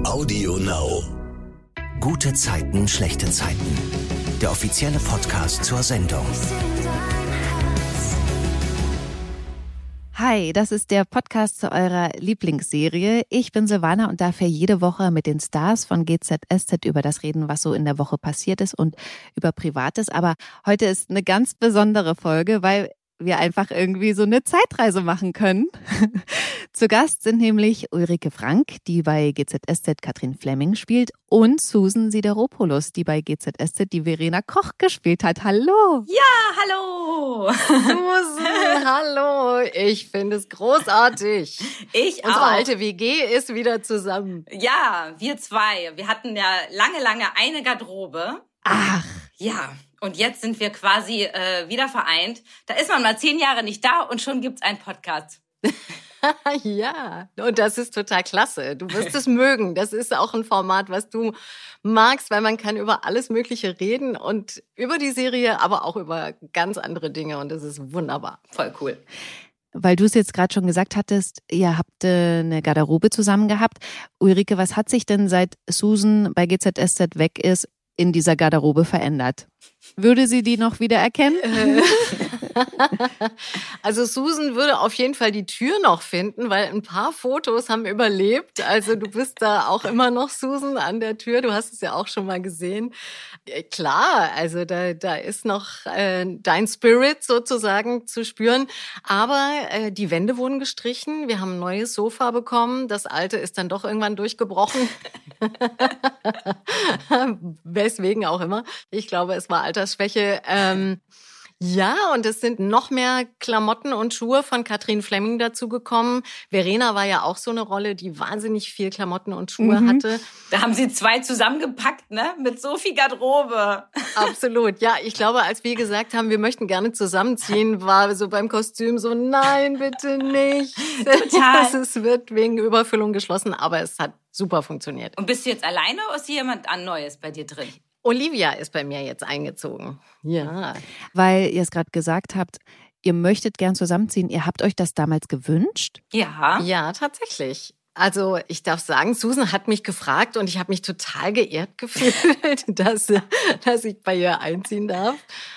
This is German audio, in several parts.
Audio Now. Gute Zeiten, schlechte Zeiten. Der offizielle Podcast zur Sendung. Hi, das ist der Podcast zu eurer Lieblingsserie. Ich bin Silvana und darf hier jede Woche mit den Stars von GZSZ über das reden, was so in der Woche passiert ist und über Privates. Aber heute ist eine ganz besondere Folge, weil wir einfach irgendwie so eine Zeitreise machen können. Zu Gast sind nämlich Ulrike Frank, die bei GZSZ Katrin Fleming spielt, und Susan Sideropoulos, die bei GZSZ die Verena Koch gespielt hat. Hallo! Ja, hallo! Susan, hallo! Ich finde es großartig. Ich Unsere auch. alte WG ist wieder zusammen. Ja, wir zwei. Wir hatten ja lange eine Garderobe. Ach! Ja, und jetzt sind wir quasi wieder vereint. Da ist man mal 10 Jahre nicht da und schon gibt's einen Podcast. Ja, und das ist total klasse. Du wirst es mögen. Das ist auch ein Format, was du magst, weil man kann über alles Mögliche reden und über die Serie, aber auch über ganz andere Dinge und das ist wunderbar. Voll cool. Weil du es jetzt gerade schon gesagt hattest, ihr habt eine Garderobe zusammen gehabt. Ulrike, was hat sich denn seit Susan bei GZSZ weg ist, in dieser Garderobe verändert? Würde sie die noch wieder erkennen? Also Susan würde auf jeden Fall die Tür noch finden, weil ein paar Fotos haben überlebt. Also du bist da auch immer noch Susan an der Tür. Du hast es ja auch schon mal gesehen. Klar, also da ist noch dein Spirit sozusagen zu spüren. Aber die Wände wurden gestrichen. Wir haben ein neues Sofa bekommen. Das alte ist dann doch irgendwann durchgebrochen. Weswegen auch immer. Ich glaube, es war Altersschwäche. Ja, und es sind noch mehr Klamotten und Schuhe von Katrin Fleming dazugekommen. Verena war ja auch so eine Rolle, die wahnsinnig viel Klamotten und Schuhe hatte. Da haben sie 2 zusammengepackt, ne? Mit so viel Garderobe. Absolut. Ja, ich glaube, als wir gesagt haben, wir möchten gerne zusammenziehen, war so beim Kostüm so, nein, bitte nicht. Total. Es wird wegen Überfüllung geschlossen, aber es hat super funktioniert. Und bist du jetzt alleine oder ist hier jemand Neues bei dir drin? Olivia ist bei mir jetzt eingezogen. Ja. Weil ihr es gerade gesagt habt, ihr möchtet gern zusammenziehen. Ihr habt euch das damals gewünscht? Ja. Ja, tatsächlich. Also ich darf sagen, Susan hat mich gefragt und ich habe mich total geehrt gefühlt, dass ich bei ihr einziehen darf.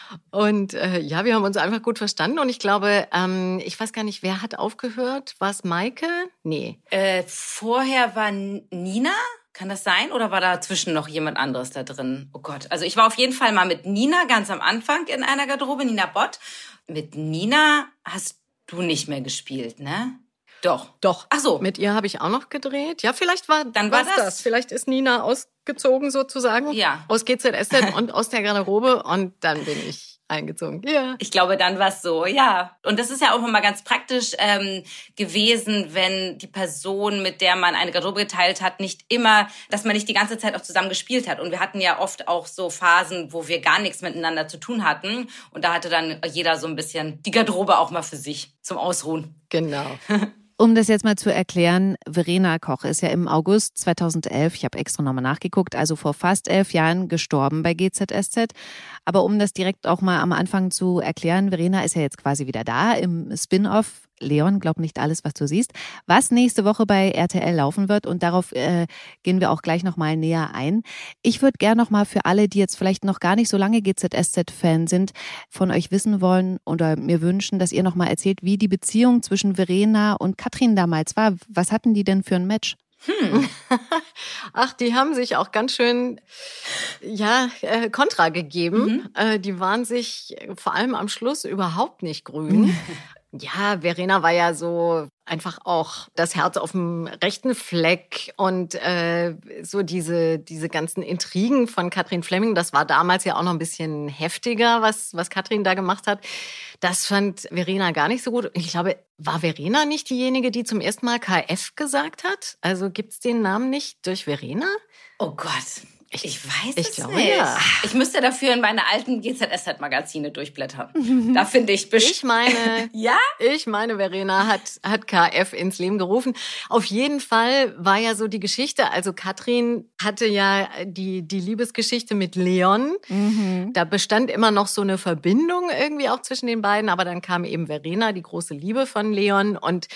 Und ja, wir haben uns einfach gut verstanden und ich glaube, ich weiß gar nicht, wer hat aufgehört? War es Maike? Nee. Vorher war Nina. Kann das sein? Oder war dazwischen noch jemand anderes da drin? Oh Gott. Also ich war auf jeden Fall mal mit Nina ganz am Anfang in einer Garderobe, Nina Bott. Mit Nina hast du nicht mehr gespielt, ne? Doch. Doch. Ach so. Mit ihr habe ich auch noch gedreht. Ja, vielleicht war das. Vielleicht ist Nina ausgezogen sozusagen. Ja. Aus GZSZ und aus der Garderobe und dann bin ich eingezogen. Ja. Ich glaube, dann war es so, ja. Und das ist ja auch immer ganz praktisch gewesen, wenn die Person, mit der man eine Garderobe geteilt hat, dass man nicht die ganze Zeit auch zusammen gespielt hat. Und wir hatten ja oft auch so Phasen, wo wir gar nichts miteinander zu tun hatten. Und da hatte dann jeder so ein bisschen die Garderobe auch mal für sich zum Ausruhen. Genau. Um das jetzt mal zu erklären, Verena Koch ist ja im August 2011, ich habe extra nochmal nachgeguckt, also vor fast 11 Jahren gestorben bei GZSZ. Aber um das direkt auch mal am Anfang zu erklären, Verena ist ja jetzt quasi wieder da im Spin-off Leon, glaub nicht alles, was du siehst, was nächste Woche bei RTL laufen wird und darauf gehen wir auch gleich nochmal näher ein. Ich würde gerne nochmal für alle, die jetzt vielleicht noch gar nicht so lange GZSZ-Fan sind, von euch wissen wollen oder mir wünschen, dass ihr nochmal erzählt, wie die Beziehung zwischen Verena und Katrin damals war. Was hatten die denn für ein Match? Ach, die haben sich auch ganz schön, Kontra gegeben. Die waren sich vor allem am Schluss überhaupt nicht grün. Ja, Verena war ja so einfach auch das Herz auf dem rechten Fleck und so diese ganzen Intrigen von Katrin Fleming, das war damals ja auch noch ein bisschen heftiger, was Katrin da gemacht hat. Das fand Verena gar nicht so gut. Ich glaube, war Verena nicht diejenige, die zum ersten Mal KF gesagt hat? Also gibt's den Namen nicht durch Verena? Oh Gott. Ich weiß ich es glaube, nicht. ja. Ich müsste dafür in meine alten GZSZ-Magazine durchblättern. Da finde ich bestimmt. Ich meine, Verena hat KF ins Leben gerufen. Auf jeden Fall war ja so die Geschichte, also Katrin hatte ja die Liebesgeschichte mit Leon. Da bestand immer noch so eine Verbindung irgendwie auch zwischen den beiden, aber dann kam eben Verena, die große Liebe von Leon und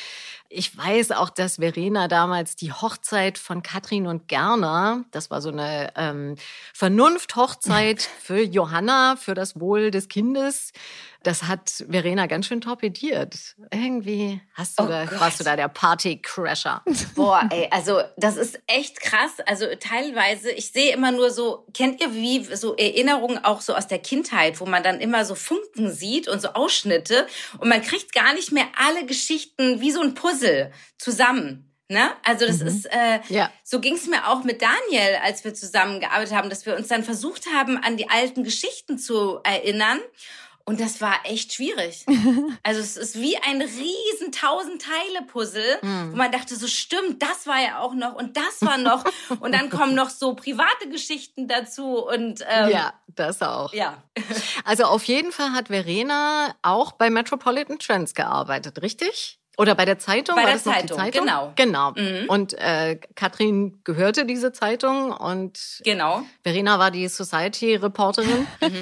Ich weiß auch, dass Verena damals die Hochzeit von Katrin und Gerner, das war so eine Vernunft-Hochzeit für Johanna, für das Wohl des Kindes, das hat Verena ganz schön torpediert. Irgendwie warst du da der Party-Crasher. Boah, ey, also das ist echt krass. Also teilweise, ich sehe immer nur so, kennt ihr wie so Erinnerungen auch so aus der Kindheit, wo man dann immer so Funken sieht und so Ausschnitte und man kriegt gar nicht mehr alle Geschichten wie so ein Puzzle zusammen. Ne? Also das ist, so ging es mir auch mit Daniel, als wir zusammengearbeitet haben, dass wir uns dann versucht haben, an die alten Geschichten zu erinnern. Und das war echt schwierig. Also es ist wie ein riesen 1000-Teile-Puzzle, wo man dachte, so stimmt, das war ja auch noch und das war noch. Und dann kommen noch so private Geschichten dazu. Und ja, das auch. Ja. Also auf jeden Fall hat Verena auch bei Metropolitan Trends gearbeitet, richtig? Oder bei der Zeitung? Bei war der das noch Zeitung, die Zeitung? genau. Und Katrin gehörte diese Zeitung und Verena war die Society-Reporterin.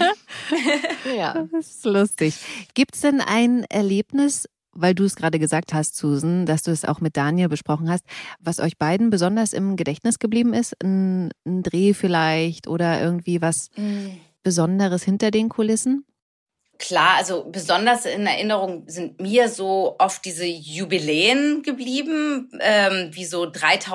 Ja. Das ist lustig. Gibt's denn ein Erlebnis, weil du es gerade gesagt hast, Susan, dass du es auch mit Daniel besprochen hast, was euch beiden besonders im Gedächtnis geblieben ist? Ein Dreh vielleicht oder irgendwie was Besonderes hinter den Kulissen? Klar, also besonders in Erinnerung sind mir so oft diese Jubiläen geblieben, wie so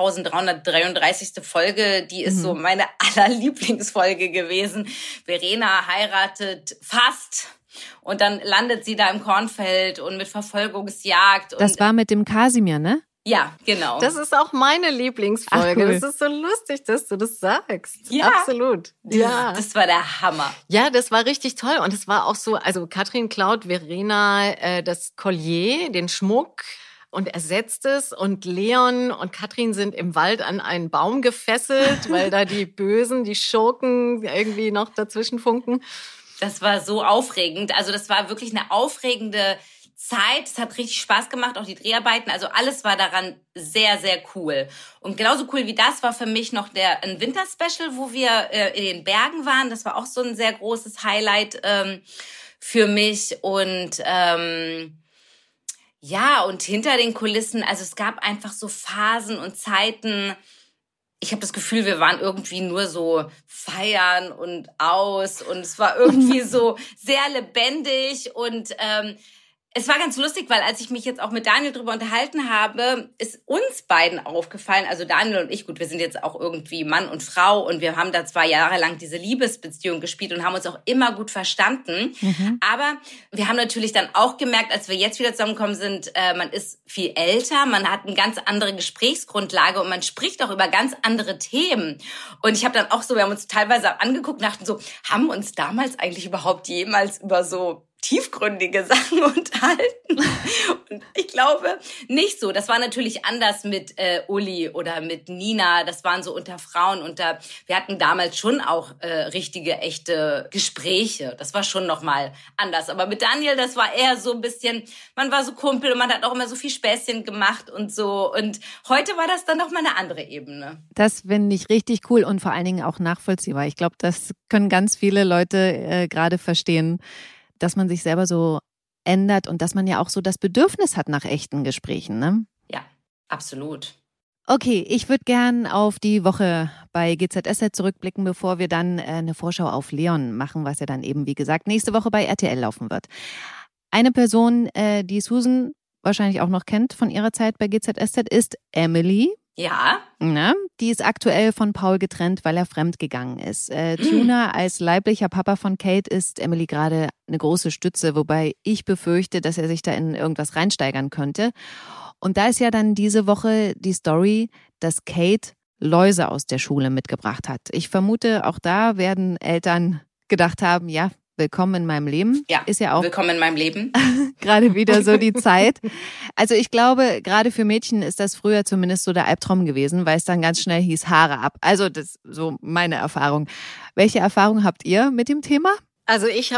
3333. Folge, die ist so meine allerlieblingsfolge gewesen. Verena heiratet fast und dann landet sie da im Kornfeld und mit Verfolgungsjagd. Das war mit dem Kasimir, ne? Ja, genau. Das ist auch meine Lieblingsfolge. Ach, cool. Das ist so lustig, dass du das sagst. Ja. Absolut. Ja. Das war der Hammer. Ja, das war richtig toll. Und es war auch so, also Katrin klaut Verena das Collier, den Schmuck und ersetzt es. Und Leon und Katrin sind im Wald an einen Baum gefesselt, weil da die Bösen, die Schurken irgendwie noch dazwischen funken. Das war so aufregend. Also das war wirklich eine aufregende Zeit. Es hat richtig Spaß gemacht, auch die Dreharbeiten. Also alles war daran sehr, sehr cool. Und genauso cool wie das war für mich noch ein Winterspecial, wo wir in den Bergen waren. Das war auch so ein sehr großes Highlight für mich. Und und hinter den Kulissen, also es gab einfach so Phasen und Zeiten. Ich habe das Gefühl, wir waren irgendwie nur so feiern und aus. Und es war irgendwie so sehr lebendig und es war ganz lustig, weil als ich mich jetzt auch mit Daniel drüber unterhalten habe, ist uns beiden aufgefallen, also Daniel und ich, gut, wir sind jetzt auch irgendwie Mann und Frau und wir haben da 2 Jahre lang diese Liebesbeziehung gespielt und haben uns auch immer gut verstanden. Aber wir haben natürlich dann auch gemerkt, als wir jetzt wieder zusammengekommen sind, man ist viel älter, man hat eine ganz andere Gesprächsgrundlage und man spricht auch über ganz andere Themen. Und ich habe dann auch so, wir haben uns teilweise angeguckt und dachten so, haben wir uns damals eigentlich überhaupt jemals über so tiefgründige Sachen unterhalten? Und ich glaube nicht so. Das war natürlich anders mit Uli oder mit Nina. Das waren so unter Frauen. Wir hatten damals schon auch richtige, echte Gespräche. Das war schon nochmal anders. Aber mit Daniel, das war eher so ein bisschen, man war so Kumpel und man hat auch immer so viel Späßchen gemacht und so. Und heute war das dann nochmal eine andere Ebene. Das finde ich richtig cool und vor allen Dingen auch nachvollziehbar. Ich glaube, das können ganz viele Leute gerade verstehen, dass man sich selber so ändert und dass man ja auch so das Bedürfnis hat nach echten Gesprächen, ne? Ja, absolut. Okay, ich würde gern auf die Woche bei GZSZ zurückblicken, bevor wir dann eine Vorschau auf Leon machen, was ja dann eben, wie gesagt, nächste Woche bei RTL laufen wird. Eine Person, die Susan wahrscheinlich auch noch kennt von ihrer Zeit bei GZSZ, ist Emily. Ja. Na, die ist aktuell von Paul getrennt, weil er fremdgegangen ist. Tuna als leiblicher Papa von Kate ist Emily gerade eine große Stütze, wobei ich befürchte, dass er sich da in irgendwas reinsteigern könnte. Und da ist ja dann diese Woche die Story, dass Kate Läuse aus der Schule mitgebracht hat. Ich vermute, auch da werden Eltern gedacht haben, ja, willkommen in meinem Leben. Ja, ist ja auch willkommen in meinem Leben. Gerade wieder so die Zeit. Also ich glaube, gerade für Mädchen ist das früher zumindest so der Albtraum gewesen, weil es dann ganz schnell hieß Haare ab. Also das ist so meine Erfahrung. Welche Erfahrung habt ihr mit dem Thema? Also ich habe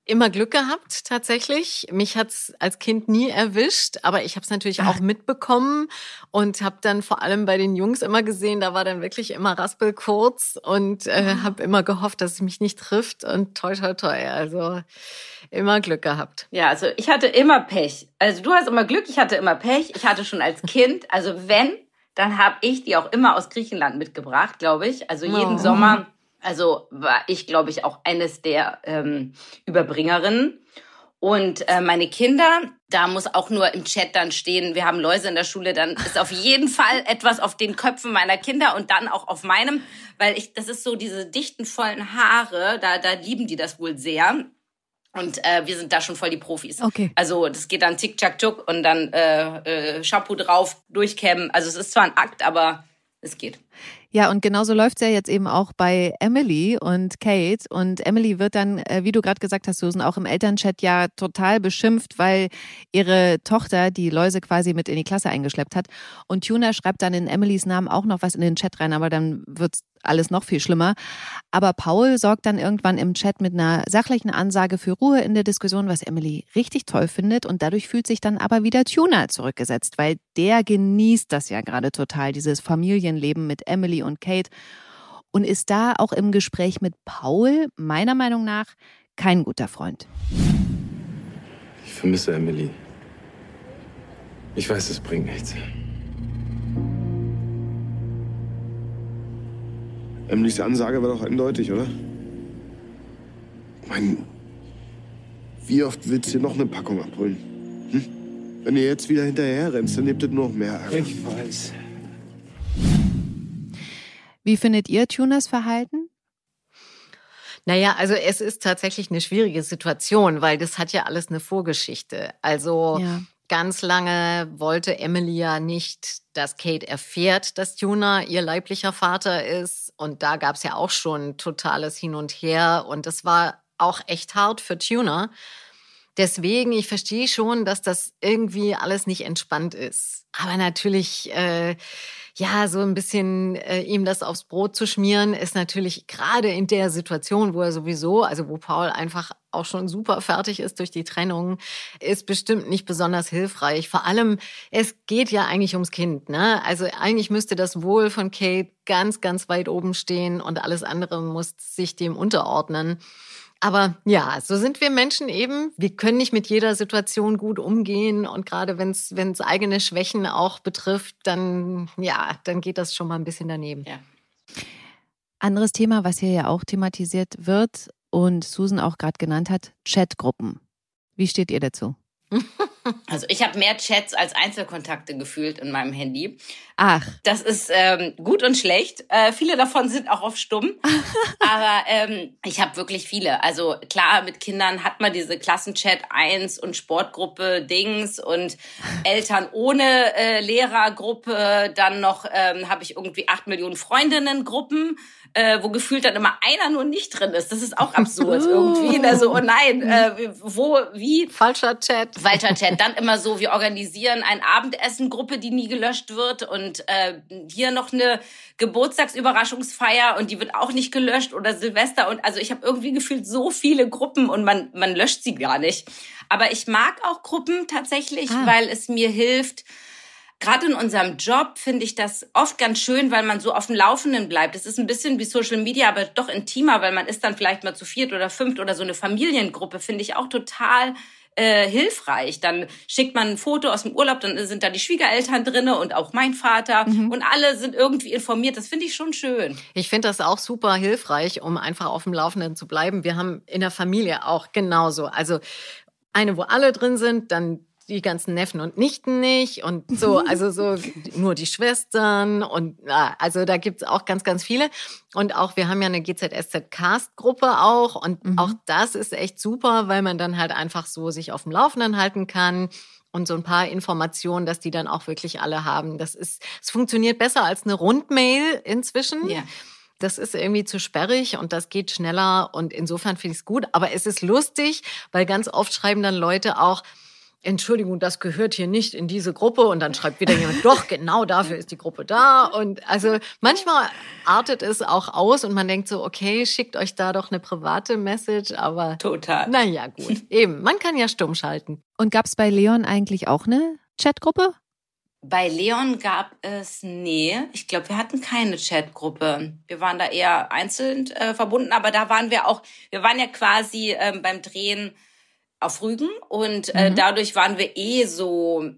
immer Glück gehabt, tatsächlich. Mich hat's als Kind nie erwischt, aber ich habe es natürlich auch mitbekommen und habe dann vor allem bei den Jungs immer gesehen, da war dann wirklich immer raspelkurz und habe immer gehofft, dass es mich nicht trifft und toi, toi, toi. Also immer Glück gehabt. Ja, also ich hatte immer Pech. Also du hast immer Glück, ich hatte immer Pech. Ich hatte schon als Kind, also wenn, dann habe ich die auch immer aus Griechenland mitgebracht, glaube ich. Also jeden Sommer. Also war ich, glaube ich, auch eines der Überbringerinnen. Und meine Kinder, da muss auch nur im Chat dann stehen, wir haben Läuse in der Schule, dann ist auf jeden Fall etwas auf den Köpfen meiner Kinder und dann auch auf meinem, weil das ist so diese dichten, vollen Haare, da lieben die das wohl sehr. Und wir sind da schon voll die Profis. Okay. Also das geht dann tick-tack-tuck und dann Shampoo drauf, durchkämmen. Also es ist zwar ein Akt, aber es geht. Ja, und genauso läuft's ja jetzt eben auch bei Emily und Kate. Und Emily wird dann, wie du gerade gesagt hast, Susan, auch im Elternchat ja total beschimpft, weil ihre Tochter die Läuse quasi mit in die Klasse eingeschleppt hat. Und Tuna schreibt dann in Emilys Namen auch noch was in den Chat rein, aber dann wird's alles noch viel schlimmer. Aber Paul sorgt dann irgendwann im Chat mit einer sachlichen Ansage für Ruhe in der Diskussion, was Emily richtig toll findet. Und dadurch fühlt sich dann aber wieder Tuna zurückgesetzt, weil der genießt das ja gerade total, dieses Familienleben mit Emily und Kate. Und ist da auch im Gespräch mit Paul, meiner Meinung nach, kein guter Freund. Ich vermisse Emily. Ich weiß, es bringt nichts. Emilys Ansage war doch eindeutig, oder? Ich meine, wie oft willst du noch eine Packung abholen? Wenn du jetzt wieder hinterher rennst, dann lebt es nur noch mehr Ärger. Ich weiß. Wie findet ihr Tunas Verhalten? Naja, also es ist tatsächlich eine schwierige Situation, weil das hat ja alles eine Vorgeschichte. Also ganz lange wollte Emily ja nicht, dass Kate erfährt, dass Tuna ihr leiblicher Vater ist. Und da gab es ja auch schon totales Hin und Her. Und das war auch echt hart für Tuna. Deswegen, ich verstehe schon, dass das irgendwie alles nicht entspannt ist. Aber natürlich, so ein bisschen ihm das aufs Brot zu schmieren, ist natürlich gerade in der Situation, wo er sowieso, also wo Paul einfach auch schon super fertig ist durch die Trennung, ist bestimmt nicht besonders hilfreich. Vor allem, es geht ja eigentlich ums Kind, ne? Also eigentlich müsste das Wohl von Kate ganz, ganz weit oben stehen und alles andere muss sich dem unterordnen. Aber ja, so sind wir Menschen eben. Wir können nicht mit jeder Situation gut umgehen. Und gerade wenn es eigene Schwächen auch betrifft, dann geht das schon mal ein bisschen daneben. Ja. Anderes Thema, was hier ja auch thematisiert wird und Susan auch gerade genannt hat, Chatgruppen. Wie steht ihr dazu? Also ich habe mehr Chats als Einzelkontakte gefühlt in meinem Handy. Ach. Das ist gut und schlecht. Viele davon sind auch auf Stumm. Aber ich habe wirklich viele. Also klar, mit Kindern hat man diese Klassenchat 1 und Sportgruppe Dings und Eltern ohne Lehrergruppe. Dann noch habe ich irgendwie 8 Millionen Freundinnen-Gruppen, wo gefühlt dann immer einer nur nicht drin ist. Das ist auch absurd irgendwie. Also, oh nein, wo, wie? Falscher Chat. Dann immer so, wir organisieren ein Abendessen-Gruppe, die nie gelöscht wird und hier noch eine Geburtstagsüberraschungsfeier und die wird auch nicht gelöscht oder Silvester und also ich habe irgendwie gefühlt so viele Gruppen und man löscht sie gar nicht. Aber ich mag auch Gruppen tatsächlich, weil es mir hilft. Gerade in unserem Job finde ich das oft ganz schön, weil man so auf dem Laufenden bleibt. Es ist ein bisschen wie Social Media, aber doch intimer, weil man ist dann vielleicht mal zu 4 oder 5 oder so eine Familiengruppe, finde ich auch total hilfreich. Dann schickt man ein Foto aus dem Urlaub, dann sind da die Schwiegereltern drinne und auch mein Vater und alle sind irgendwie informiert. Das finde ich schon schön. Ich finde das auch super hilfreich, um einfach auf dem Laufenden zu bleiben. Wir haben in der Familie auch genauso. Also eine, wo alle drin sind, dann die ganzen Neffen und Nichten nicht und so, also so nur die Schwestern und also da gibt's auch ganz, ganz viele. Und auch, wir haben ja eine GZSZ-Cast-Gruppe auch und auch das ist echt super, weil man dann halt einfach so sich auf dem Laufenden halten kann und so ein paar Informationen, dass die dann auch wirklich alle haben. Es funktioniert besser als eine Rundmail inzwischen. Ja. Das ist irgendwie zu sperrig und das geht schneller und insofern finde ich es gut. Aber es ist lustig, weil ganz oft schreiben dann Leute auch, Entschuldigung, das gehört hier nicht in diese Gruppe. Und dann schreibt wieder jemand, doch, genau dafür ist die Gruppe da. Und also manchmal artet es auch aus und man denkt so, okay, schickt euch da doch eine private Message. Aber Total. naja, gut. Eben, man kann ja stumm schalten. Und gab es bei Leon eigentlich auch eine Chatgruppe? Bei Leon gab es, ich glaube, wir hatten keine Chatgruppe. Wir waren da eher einzeln verbunden, aber da waren wir waren ja quasi beim Drehen auf Rügen und dadurch waren wir so,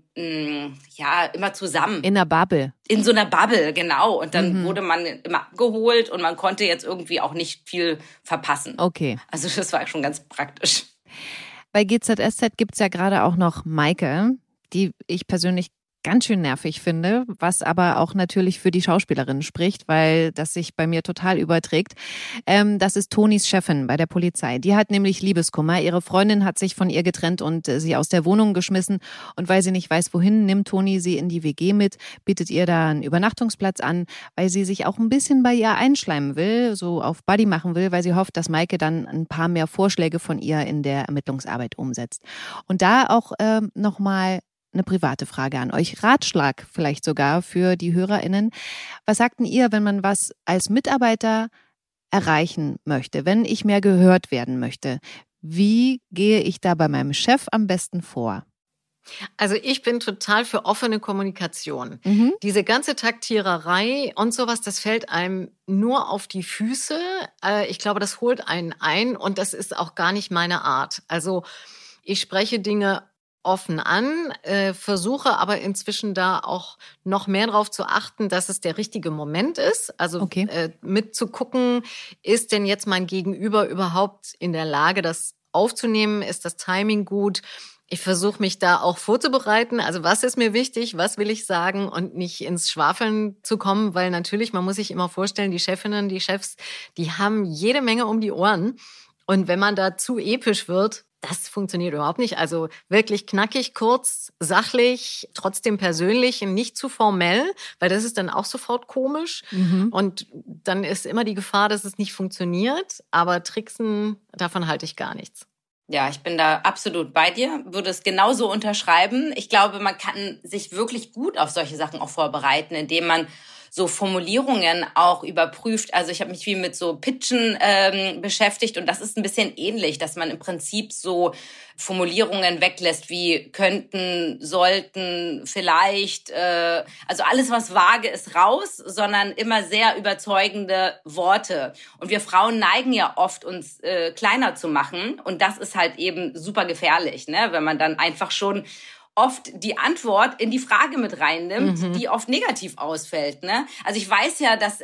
immer zusammen. In einer Bubble. In so einer Bubble, genau. Und dann wurde man immer abgeholt und man konnte jetzt irgendwie auch nicht viel verpassen. Okay. Also das war schon ganz praktisch. Bei GZSZ gibt's ja gerade auch noch Maike, die ich persönlich ganz schön nervig finde, was aber auch natürlich für die Schauspielerin spricht, weil das sich bei mir total überträgt. Das ist Tonis Chefin bei der Polizei. Die hat nämlich Liebeskummer. Ihre Freundin hat sich von ihr getrennt und sie aus der Wohnung geschmissen. Und weil sie nicht weiß, wohin, nimmt Toni sie in die WG mit, bietet ihr da einen Übernachtungsplatz an, weil sie sich auch ein bisschen bei ihr einschleimen will, so auf Buddy machen will, weil sie hofft, dass Maike dann ein paar mehr Vorschläge von ihr in der Ermittlungsarbeit umsetzt. Und da auch nochmal eine private Frage an euch. Ratschlag vielleicht sogar für die HörerInnen. Was sagten ihr, wenn man was als Mitarbeiter erreichen möchte, wenn ich mehr gehört werden möchte? Wie gehe ich da bei meinem Chef am besten vor? Also ich bin total für offene Kommunikation. Diese ganze Taktiererei und sowas, das fällt einem nur auf die Füße. Ich glaube, das holt einen ein und das ist auch gar nicht meine Art. Also ich spreche Dinge offen an, versuche aber inzwischen da auch noch mehr drauf zu achten, dass es der richtige Moment ist. Also mitzugucken, ist denn jetzt mein Gegenüber überhaupt in der Lage, das aufzunehmen? Ist das Timing gut? Ich versuche mich da auch vorzubereiten. Also was ist mir wichtig? Was will ich sagen? Und nicht ins Schwafeln zu kommen, weil natürlich, man muss sich immer vorstellen, die Chefinnen, die Chefs, die haben jede Menge um die Ohren. Und wenn man da zu episch wird, das funktioniert überhaupt nicht. Also wirklich knackig, kurz, sachlich, trotzdem persönlich, nicht zu formell, weil das ist dann auch sofort komisch. Und dann ist immer die Gefahr, dass es nicht funktioniert. Aber Tricksen, davon halte ich gar nichts. Ja, ich bin da absolut bei dir, würde es genauso unterschreiben. Ich glaube, man kann sich wirklich gut auf solche Sachen auch vorbereiten, indem man so Formulierungen auch überprüft. Also ich habe mich viel mit so Pitchen beschäftigt und das ist ein bisschen ähnlich, dass man im Prinzip so Formulierungen weglässt wie könnten, sollten, vielleicht. Also alles, was vage ist, raus, sondern immer sehr überzeugende Worte. Und wir Frauen neigen ja oft, uns kleiner zu machen und das ist halt eben super gefährlich, ne? Wenn man dann einfach schon oft die Antwort in die Frage mit reinnimmt, die oft negativ ausfällt, ne? Also ich weiß ja, dass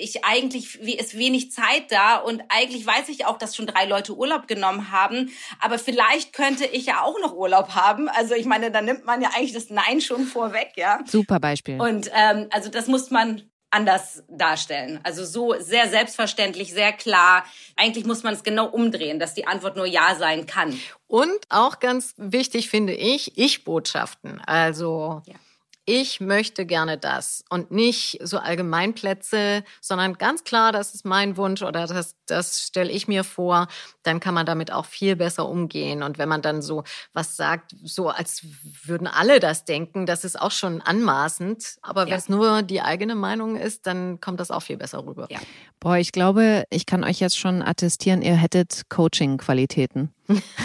ist wenig Zeit da und eigentlich weiß ich auch, dass schon 3 Leute Urlaub genommen haben, aber vielleicht könnte ich ja auch noch Urlaub haben. Also ich meine, da nimmt man ja eigentlich das Nein schon vorweg, ja? Super Beispiel. Und also das muss man anders darstellen. Also so sehr selbstverständlich, sehr klar. Eigentlich muss man es genau umdrehen, dass die Antwort nur Ja sein kann. Und auch ganz wichtig finde ich Botschaften. Also ich möchte gerne das und nicht so Allgemeinplätze, sondern ganz klar, das ist mein Wunsch oder das stelle ich mir vor, dann kann man damit auch viel besser umgehen. Und wenn man dann so was sagt, so als würden alle das denken, das ist auch schon anmaßend. Aber wenn es nur die eigene Meinung ist, dann kommt das auch viel besser rüber. Ja. Boah, ich glaube, ich kann euch jetzt schon attestieren, ihr hättet Coaching-Qualitäten.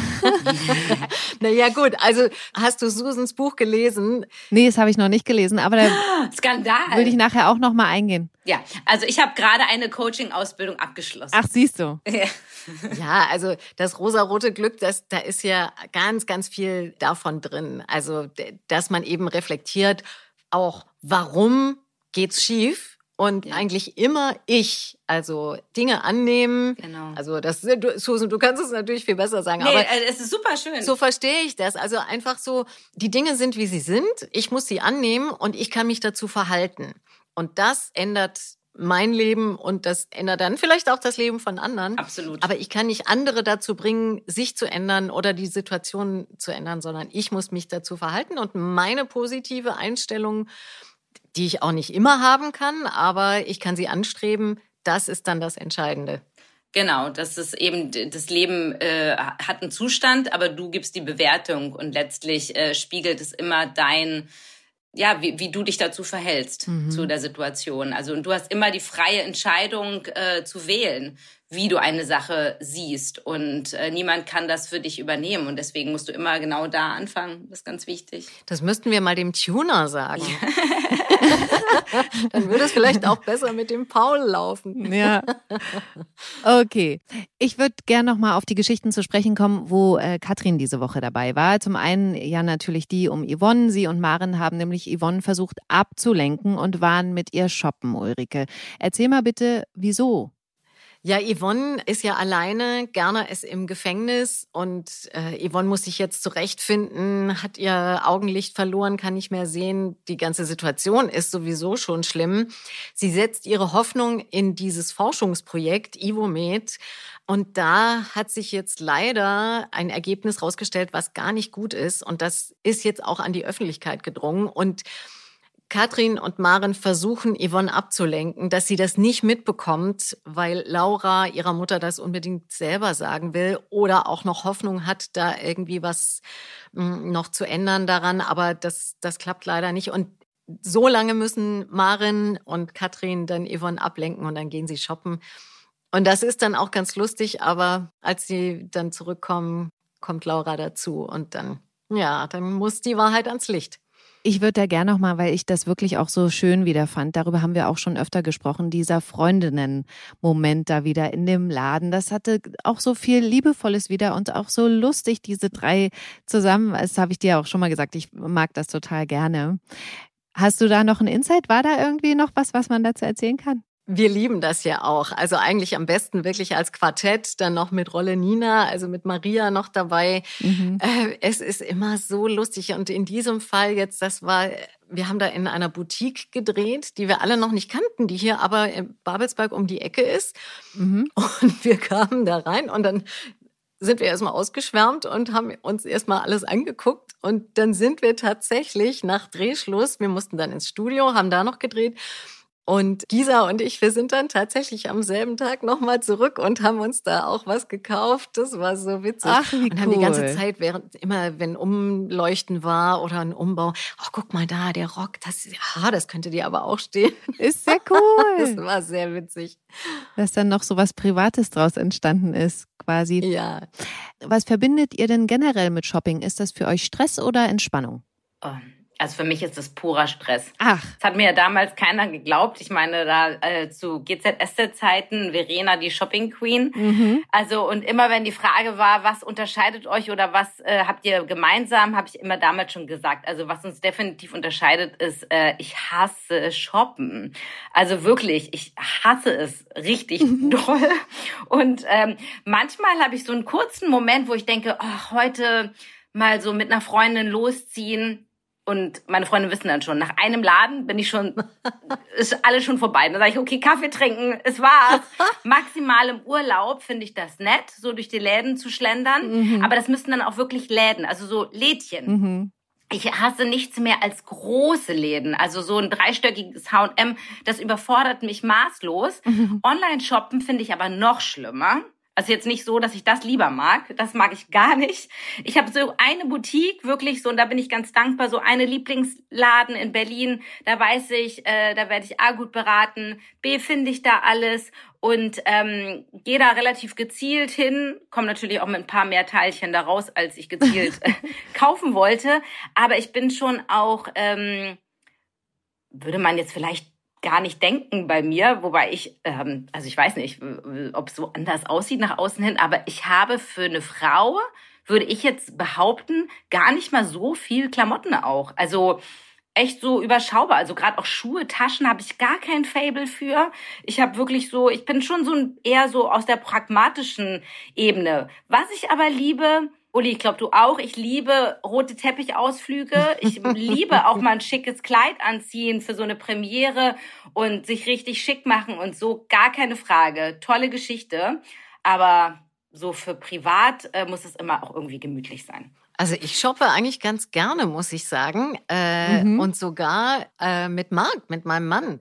Naja gut, also hast du Susans Buch gelesen? Nee, das habe ich noch nicht gelesen, aber da Skandal. würde ich nachher auch noch mal eingehen. Ja, also ich habe gerade eine Coaching-Ausbildung abgeschlossen. Ach, siehst du. Ja, also das rosarote Glück, da ist ja ganz, ganz viel davon drin. Also, dass man eben reflektiert, auch warum geht's schief? Und eigentlich immer also Dinge annehmen. Genau. Also Susan, du kannst es natürlich viel besser sagen. Nee, aber es ist super schön. So verstehe ich das. Also einfach so, die Dinge sind, wie sie sind. Ich muss sie annehmen und ich kann mich dazu verhalten. Und das ändert mein Leben und das ändert dann vielleicht auch das Leben von anderen. Absolut. Aber ich kann nicht andere dazu bringen, sich zu ändern oder die Situation zu ändern, sondern ich muss mich dazu verhalten und meine positive Einstellung, die ich auch nicht immer haben kann, aber ich kann sie anstreben, das ist dann das Entscheidende. Genau, das ist eben, das Leben hat einen Zustand, aber du gibst die Bewertung und letztlich spiegelt es immer wie du dich dazu verhältst, zu der Situation. Also und du hast immer die freie Entscheidung zu wählen, wie du eine Sache siehst und niemand kann das für dich übernehmen und deswegen musst du immer genau da anfangen. Das ist ganz wichtig. Das müssten wir mal dem Tuner sagen. Dann würde es vielleicht auch besser mit dem Paul laufen. Ja. Okay. Ich würde gerne noch mal auf die Geschichten zu sprechen kommen, wo Katrin diese Woche dabei war. Zum einen ja natürlich die um Yvonne. Sie und Maren haben nämlich Yvonne versucht abzulenken und waren mit ihr shoppen, Ulrike. Erzähl mal bitte, wieso? Ja, Yvonne ist ja alleine, Gerner ist im Gefängnis und Yvonne muss sich jetzt zurechtfinden, hat ihr Augenlicht verloren, kann nicht mehr sehen. Die ganze Situation ist sowieso schon schlimm. Sie setzt ihre Hoffnung in dieses Forschungsprojekt Ivomed und da hat sich jetzt leider ein Ergebnis rausgestellt, was gar nicht gut ist und das ist jetzt auch an die Öffentlichkeit gedrungen und Katrin und Maren versuchen, Yvonne abzulenken, dass sie das nicht mitbekommt, weil Laura ihrer Mutter das unbedingt selber sagen will oder auch noch Hoffnung hat, da irgendwie was noch zu ändern daran. Aber das klappt leider nicht. Und so lange müssen Maren und Katrin dann Yvonne ablenken und dann gehen sie shoppen. Und das ist dann auch ganz lustig, aber als sie dann zurückkommen, kommt Laura dazu und dann muss die Wahrheit ans Licht. Ich würde da gerne nochmal, weil ich das wirklich auch so schön wieder fand, darüber haben wir auch schon öfter gesprochen, dieser Freundinnen-Moment da wieder in dem Laden, das hatte auch so viel Liebevolles wieder und auch so lustig, diese drei zusammen, das habe ich dir auch schon mal gesagt, ich mag das total gerne. Hast du da noch ein Insight? War da irgendwie noch was man dazu erzählen kann? Wir lieben das ja auch. Also eigentlich am besten wirklich als Quartett, dann noch mit Rolle Nina, also mit Maria noch dabei. Es ist immer so lustig. Und in diesem Fall jetzt, wir haben da in einer Boutique gedreht, die wir alle noch nicht kannten, die hier aber in Babelsberg um die Ecke ist. Und wir kamen da rein und dann sind wir erstmal ausgeschwärmt und haben uns erstmal alles angeguckt. Und dann sind wir tatsächlich nach Drehschluss, wir mussten dann ins Studio, haben da noch gedreht. Und Gisa und ich, wir sind dann tatsächlich am selben Tag nochmal zurück und haben uns da auch was gekauft. Das war so witzig. Ach, wie cool. Und haben die ganze Zeit, wenn Umleuchten war oder ein Umbau, guck mal da, der Rock, das könnte dir aber auch stehen. Ist sehr cool. Das war sehr witzig. Dass dann noch so was Privates draus entstanden ist, quasi. Ja. Was verbindet ihr denn generell mit Shopping? Ist das für euch Stress oder Entspannung? Also für mich ist das purer Stress. Ach. Das hat mir ja damals keiner geglaubt. Ich meine, da zu GZSZ-Zeiten, Verena, die Shopping Queen. Also und immer wenn die Frage war, was unterscheidet euch oder was habt ihr gemeinsam, habe ich immer damals schon gesagt. Also was uns definitiv unterscheidet ist, ich hasse Shoppen. Also wirklich, ich hasse es richtig doll. Und manchmal habe ich so einen kurzen Moment, wo ich denke, heute mal so mit einer Freundin losziehen. Und meine Freunde wissen dann schon, nach einem Laden ist alles schon vorbei. Dann sage ich, okay, Kaffee trinken, es war's. Maximal im Urlaub finde ich das nett, so durch die Läden zu schlendern. Aber das müssten dann auch wirklich Läden, also so Lädchen. Ich hasse nichts mehr als große Läden. Also so ein 3-stöckiges H&M, das überfordert mich maßlos. Online-Shoppen finde ich aber noch schlimmer. Also jetzt nicht so, dass ich das lieber mag. Das mag ich gar nicht. Ich habe so eine Boutique, wirklich so, und da bin ich ganz dankbar, so eine Lieblingsladen in Berlin. Da weiß ich, da werde ich A, gut beraten, B, finde ich da alles und gehe da relativ gezielt hin. Komme natürlich auch mit ein paar mehr Teilchen da raus, als ich gezielt kaufen wollte. Aber ich bin schon auch, würde man jetzt vielleicht gar nicht denken bei mir, wobei ich weiß nicht, ob es so anders aussieht nach außen hin, aber ich habe für eine Frau, würde ich jetzt behaupten, gar nicht mal so viel Klamotten auch. Also echt so überschaubar. Also gerade auch Schuhe, Taschen habe ich gar kein Faible für. Ich habe wirklich so, ich bin schon so eher so aus der pragmatischen Ebene. Was ich aber liebe, Uli, ich glaube, du auch. Ich liebe rote Teppichausflüge. Ich liebe auch mal ein schickes Kleid anziehen für so eine Premiere und sich richtig schick machen und so. Gar keine Frage. Tolle Geschichte. Aber so für privat muss es immer auch irgendwie gemütlich sein. Also ich shoppe eigentlich ganz gerne, muss ich sagen. Und sogar mit Marc, mit meinem Mann.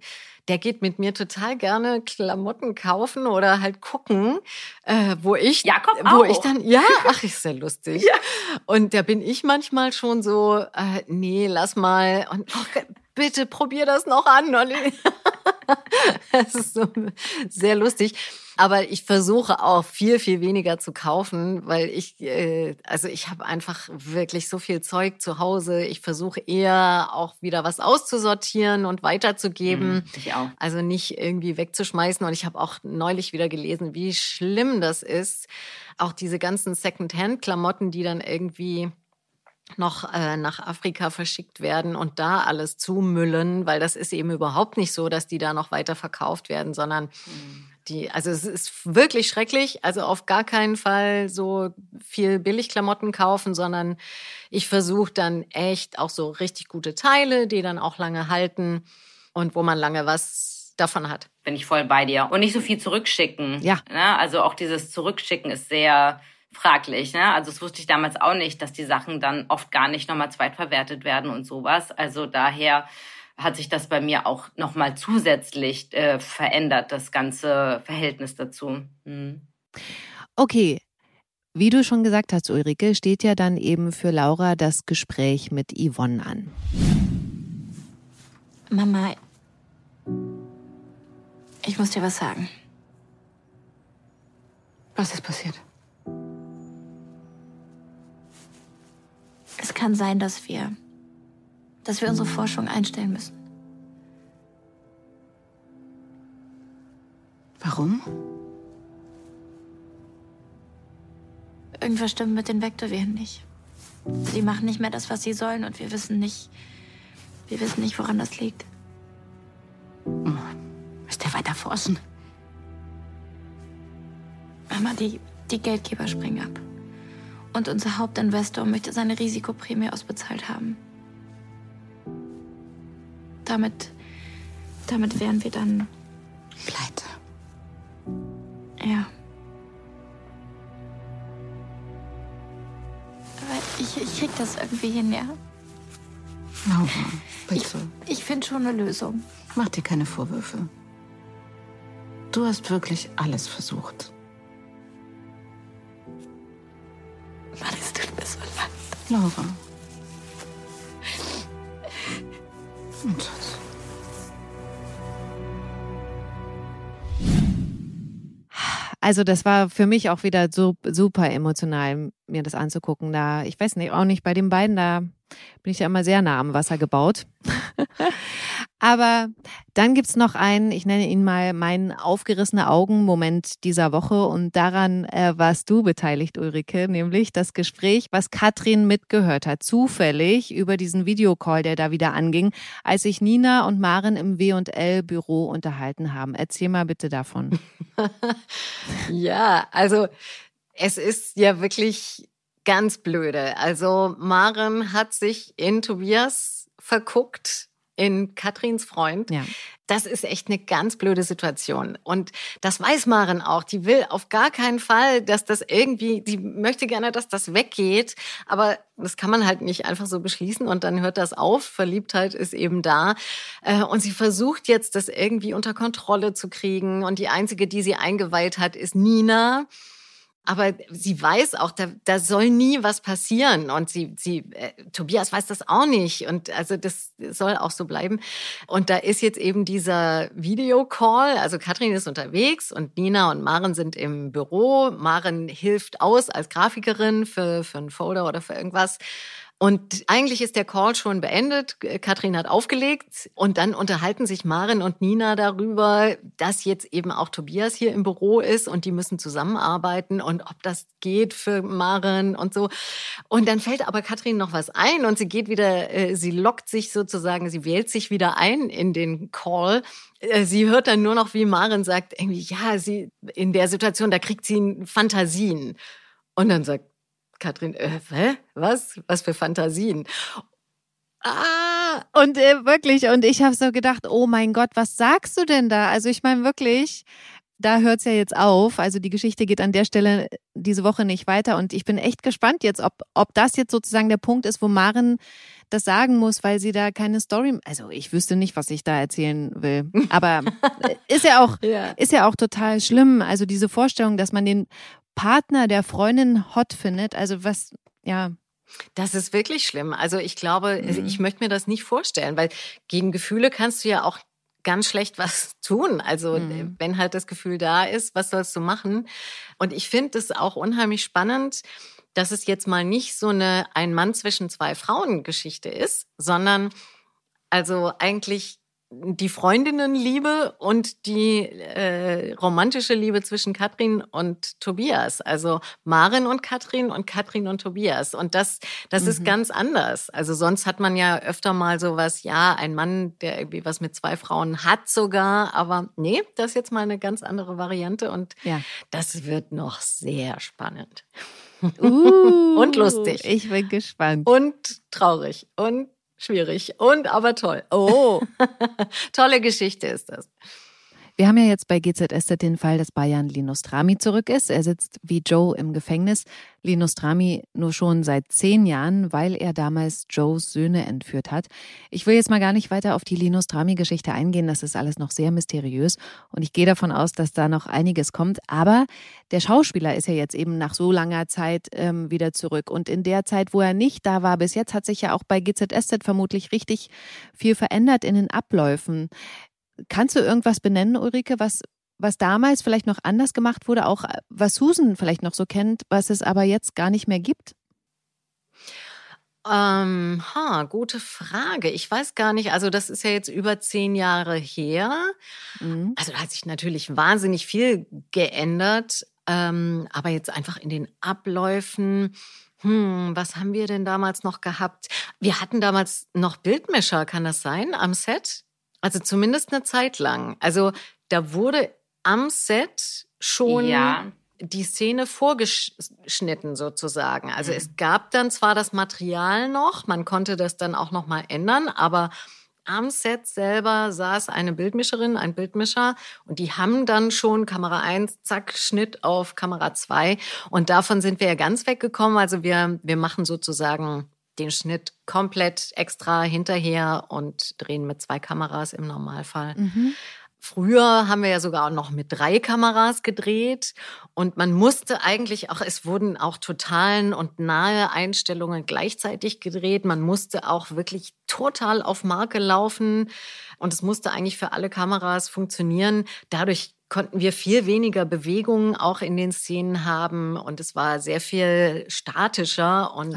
der geht mit mir total gerne Klamotten kaufen oder halt gucken, wo ich dann, ist ja lustig. Ja. Und da bin ich manchmal schon so, nee, lass mal und bitte probier das noch an. Das ist so sehr lustig. Aber ich versuche auch viel, viel weniger zu kaufen, weil ich habe einfach wirklich so viel Zeug zu Hause. Ich versuche eher auch wieder was auszusortieren und weiterzugeben. Ich auch. Also nicht irgendwie wegzuschmeißen. Und ich habe auch neulich wieder gelesen, wie schlimm das ist. Auch diese ganzen Secondhand-Klamotten, die dann irgendwie noch nach Afrika verschickt werden und da alles zumüllen, weil das ist eben überhaupt nicht so, dass die da noch weiter verkauft werden, sondern also es ist wirklich schrecklich, also auf gar keinen Fall so viel Billigklamotten kaufen, sondern ich versuche dann echt auch so richtig gute Teile, die dann auch lange halten und wo man lange was davon hat. Bin ich voll bei dir. Und nicht so viel zurückschicken. Ja. Ne? Also auch dieses Zurückschicken ist sehr fraglich. Ne? Also das wusste ich damals auch nicht, dass die Sachen dann oft gar nicht nochmal zweitverwertet werden und sowas. Also daher hat sich das bei mir auch nochmal zusätzlich verändert, das ganze Verhältnis dazu. Okay, wie du schon gesagt hast, Ulrike, steht ja dann eben für Laura das Gespräch mit Yvonne an. Mama, ich muss dir was sagen. Was ist passiert? Es kann sein, dass wir unsere Forschung einstellen müssen. Warum? Irgendwas stimmt mit den Vektorviren nicht. Sie machen nicht mehr das, was sie sollen, und wir wissen nicht, woran das liegt. Müsst ihr weiter forschen? Mama, die Geldgeber springen ab. Und unser Hauptinvestor möchte seine Risikoprämie ausbezahlt haben. Damit wären wir dann pleite. Ja. Aber ich krieg das irgendwie hin, ja? Laura, bitte. Ich finde schon eine Lösung. Mach dir keine Vorwürfe. Du hast wirklich alles versucht. Mann, es tut mir so leid. Laura. Und Schatz. Also das war für mich auch wieder so super emotional, mir das anzugucken. Da, ich weiß nicht, auch nicht bei den beiden, da bin ich ja immer sehr nah am Wasser gebaut. Aber dann gibt's noch einen, ich nenne ihn mal meinen aufgerissene Augen-Moment dieser Woche, und daran warst du beteiligt, Ulrike, nämlich das Gespräch, was Katrin mitgehört hat, zufällig über diesen Videocall, der da wieder anging, als sich Nina und Maren im W&L-Büro unterhalten haben. Erzähl mal bitte davon. Ja, also es ist ja wirklich ganz blöde. Also Maren hat sich in Tobias verguckt, in Katrins Freund. Ja. Das ist echt eine ganz blöde Situation. Und das weiß Maren auch. Die will auf gar keinen Fall, dass das irgendwie, die möchte gerne, dass das weggeht. Aber das kann man halt nicht einfach so beschließen und dann hört das auf. Verliebtheit ist eben da. Und sie versucht jetzt, das irgendwie unter Kontrolle zu kriegen. Und die einzige, die sie eingeweiht hat, ist Nina. Aber sie weiß auch, da soll nie was passieren. Und Tobias weiß das auch nicht. Und also das soll auch so bleiben. Und da ist jetzt eben dieser Videocall. Also Katrin ist unterwegs und Nina und Maren sind im Büro. Maren hilft aus als Grafikerin für einen Folder oder für irgendwas. Und eigentlich ist der Call schon beendet. Katrin hat aufgelegt und dann unterhalten sich Maren und Nina darüber, dass jetzt eben auch Tobias hier im Büro ist und die müssen zusammenarbeiten und ob das geht für Maren und so. Und dann fällt aber Katrin noch was ein und sie geht wieder, sie lockt sich sozusagen, sie wählt sich wieder ein in den Call. Sie hört dann nur noch, wie Maren sagt, irgendwie, ja, sie in der Situation, da kriegt sie Fantasien. Und dann sagt Katrin, was? Was für Fantasien? Und wirklich, und ich habe so gedacht, oh mein Gott, was sagst du denn da? Also ich meine wirklich, da hört es ja jetzt auf. Also die Geschichte geht an der Stelle diese Woche nicht weiter. Und ich bin echt gespannt jetzt, ob das jetzt sozusagen der Punkt ist, wo Maren das sagen muss, weil sie da keine Story... Also ich wüsste nicht, was ich da erzählen will. Aber ist ja auch total schlimm. Also diese Vorstellung, dass man den Partner der Freundin hot findet. Also was, ja... Das ist wirklich schlimm. Also ich glaube, ich möchte mir das nicht vorstellen, weil gegen Gefühle kannst du ja auch ganz schlecht was tun. Also wenn halt das Gefühl da ist, was sollst du machen? Und ich finde es auch unheimlich spannend, dass es jetzt mal nicht so eine Ein-Mann zwischen zwei Frauen Geschichte ist, sondern also eigentlich die Freundinnenliebe und die romantische Liebe zwischen Katrin und Tobias. Also Maren und Katrin und Tobias. Und das ist ganz anders. Also sonst hat man ja öfter mal sowas, ja, ein Mann, der irgendwie was mit zwei Frauen hat sogar. Aber nee, das ist jetzt mal eine ganz andere Variante. Und das wird noch sehr spannend. Und lustig. Ich bin gespannt. Und traurig. Und schwierig und aber toll. Oh, tolle Geschichte ist das. Wir haben ja jetzt bei GZSZ den Fall, dass Bayan Linostrami zurück ist. Er sitzt wie Joe im Gefängnis. Linostrami nur schon seit 10 Jahren, weil er damals Joes Söhne entführt hat. Ich will jetzt mal gar nicht weiter auf die Linostrami-Geschichte eingehen. Das ist alles noch sehr mysteriös. Und ich gehe davon aus, dass da noch einiges kommt. Aber der Schauspieler ist ja jetzt eben nach so langer Zeit wieder zurück. Und in der Zeit, wo er nicht da war, bis jetzt hat sich ja auch bei GZSZ vermutlich richtig viel verändert in den Abläufen. Kannst du irgendwas benennen, Ulrike, was damals vielleicht noch anders gemacht wurde, auch was Susan vielleicht noch so kennt, was es aber jetzt gar nicht mehr gibt? Gute Frage. Ich weiß gar nicht, also das ist ja jetzt über 10 Jahre her. Also da hat sich natürlich wahnsinnig viel geändert, aber jetzt einfach in den Abläufen, was haben wir denn damals noch gehabt? Wir hatten damals noch Bildmischer, kann das sein, am Set? Also zumindest eine Zeit lang. Also da wurde am Set schon die Szene vorgeschnitten sozusagen. Also es gab dann zwar das Material noch, man konnte das dann auch noch mal ändern, aber am Set selber saß eine Bildmischerin, ein Bildmischer und die haben dann schon Kamera 1, zack, Schnitt auf Kamera 2 und davon sind wir ja ganz weggekommen. Also wir machen sozusagen den Schnitt komplett extra hinterher und drehen mit 2 Kameras im Normalfall. Früher haben wir ja sogar auch noch mit 3 Kameras gedreht und man musste eigentlich auch, es wurden auch totalen und nahe Einstellungen gleichzeitig gedreht. Man musste auch wirklich total auf Marke laufen und es musste eigentlich für alle Kameras funktionieren. Dadurch konnten wir viel weniger Bewegungen auch in den Szenen haben und es war sehr viel statischer und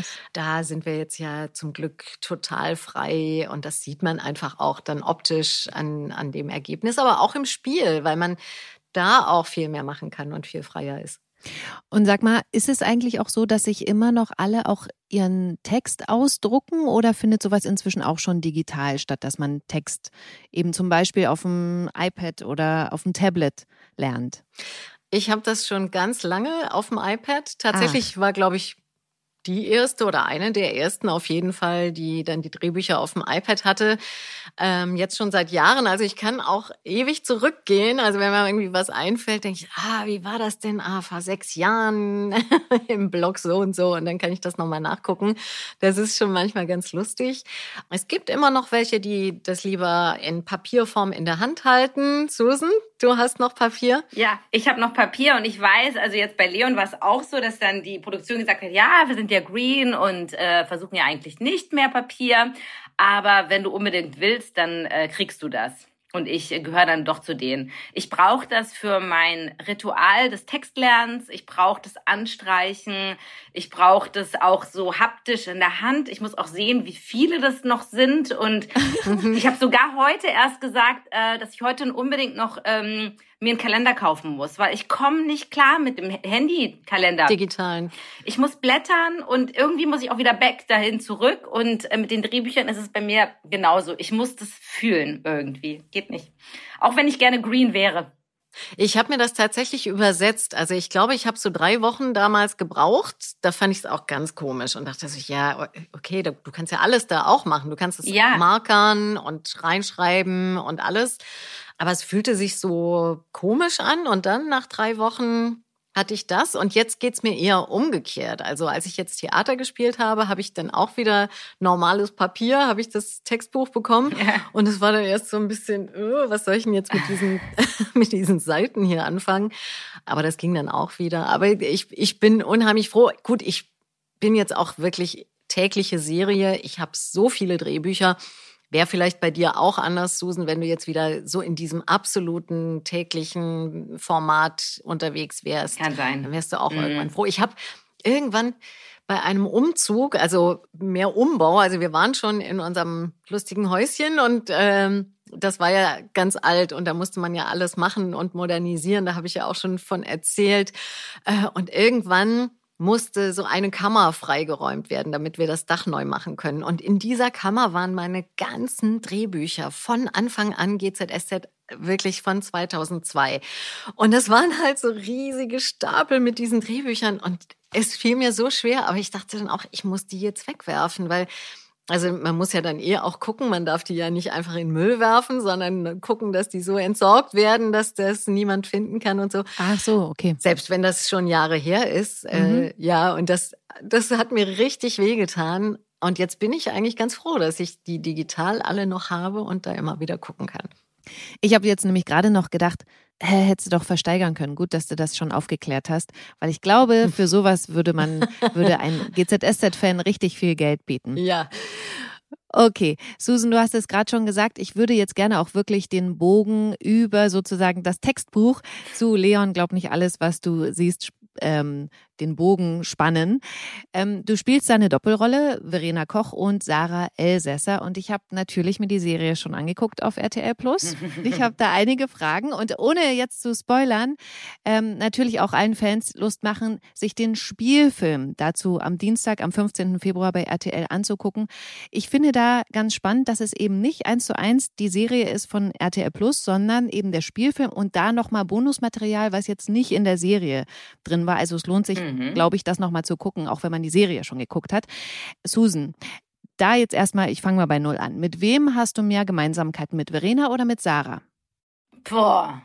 da sind wir jetzt ja zum Glück total frei und das sieht man einfach auch dann optisch an dem Ergebnis, aber auch im Spiel, weil man da auch viel mehr machen kann und viel freier ist. Und sag mal, ist es eigentlich auch so, dass sich immer noch alle auch ihren Text ausdrucken oder findet sowas inzwischen auch schon digital statt, dass man Text eben zum Beispiel auf dem iPad oder auf dem Tablet lernt? Ich habe das schon ganz lange auf dem iPad. Tatsächlich war, glaube ich, die erste oder eine der ersten auf jeden Fall, die dann die Drehbücher auf dem iPad hatte. Jetzt schon seit Jahren. Also ich kann auch ewig zurückgehen. Also wenn mir irgendwie was einfällt, denke ich, wie war das denn? Vor 6 Jahren im Blog so und so. Und dann kann ich das nochmal nachgucken. Das ist schon manchmal ganz lustig. Es gibt immer noch welche, die das lieber in Papierform in der Hand halten. Susan, du hast noch Papier? Ja, ich habe noch Papier und ich weiß, also jetzt bei Leon war es auch so, dass dann die Produktion gesagt hat, ja, wir sind ja green und versuchen ja eigentlich nicht mehr Papier. Aber wenn du unbedingt willst, dann kriegst du das. Und ich gehöre dann doch zu denen. Ich brauche das für mein Ritual des Textlernens. Ich brauche das Anstreichen. Ich brauche das auch so haptisch in der Hand. Ich muss auch sehen, wie viele das noch sind. Und ich habe sogar heute erst gesagt, dass ich heute unbedingt noch mir einen Kalender kaufen muss, weil ich komme nicht klar mit dem Handykalender. Digitalen. Ich muss blättern und irgendwie muss ich auch wieder back dahin zurück. Und mit den Drehbüchern ist es bei mir genauso. Ich muss das fühlen irgendwie. Geht nicht. Auch wenn ich gerne green wäre. Ich habe mir das tatsächlich übersetzt. Also ich glaube, ich habe so 3 Wochen damals gebraucht. Da fand ich es auch ganz komisch und dachte so, ja, okay, du kannst ja alles da auch machen. Du kannst es markern und reinschreiben und alles. Aber es fühlte sich so komisch an und dann nach 3 Wochen hatte ich das und jetzt geht's mir eher umgekehrt. Also als ich jetzt Theater gespielt habe, habe ich dann auch wieder normales Papier, habe ich das Textbuch bekommen und es war dann erst so ein bisschen, was soll ich denn jetzt mit diesen Seiten hier anfangen? Aber das ging dann auch wieder. Aber ich bin unheimlich froh. Gut, ich bin jetzt auch wirklich tägliche Serie. Ich habe so viele Drehbücher. Wäre vielleicht bei dir auch anders, Susan, wenn du jetzt wieder so in diesem absoluten täglichen Format unterwegs wärst. Kann sein. Dann wärst du auch irgendwann froh. Ich habe irgendwann bei einem Umzug, also mehr Umbau, also wir waren schon in unserem lustigen Häuschen und das war ja ganz alt und da musste man ja alles machen und modernisieren. Da habe ich ja auch schon von erzählt. Und irgendwann musste so eine Kammer freigeräumt werden, damit wir das Dach neu machen können. Und in dieser Kammer waren meine ganzen Drehbücher von Anfang an GZSZ, wirklich von 2002. Und das waren halt so riesige Stapel mit diesen Drehbüchern. Und es fiel mir so schwer, aber ich dachte dann auch, ich muss die jetzt wegwerfen, weil also man muss ja dann auch gucken, man darf die ja nicht einfach in den Müll werfen, sondern gucken, dass die so entsorgt werden, dass das niemand finden kann und so. Ach so, okay. Selbst wenn das schon Jahre her ist. Ja, und das hat mir richtig wehgetan. Und jetzt bin ich eigentlich ganz froh, dass ich die digital alle noch habe und da immer wieder gucken kann. Ich habe jetzt nämlich gerade noch gedacht, hättest du doch versteigern können. Gut, dass du das schon aufgeklärt hast, weil ich glaube, für sowas würde ein GZSZ-Fan richtig viel Geld bieten. Ja. Okay, Susan, du hast es gerade schon gesagt, ich würde jetzt gerne auch wirklich den Bogen über sozusagen das Textbuch zu Leon, glaub nicht alles, was du siehst, den Bogen spannen. Du spielst eine Doppelrolle, Verena Koch und Sarah Elsässer, und ich habe natürlich mir die Serie schon angeguckt auf RTL+. Ich habe da einige Fragen und ohne jetzt zu spoilern, natürlich auch allen Fans Lust machen, sich den Spielfilm dazu am Dienstag, am 15. Februar bei RTL anzugucken. Ich finde da ganz spannend, dass es eben nicht 1:1 die Serie ist von RTL+, sondern eben der Spielfilm und da nochmal Bonusmaterial, was jetzt nicht in der Serie drin war. Also es lohnt sich, glaube ich, das nochmal zu gucken, auch wenn man die Serie schon geguckt hat. Susan, da jetzt erstmal, ich fange mal bei 0 an. Mit wem hast du mehr Gemeinsamkeiten, mit Verena oder mit Sarah? Boah,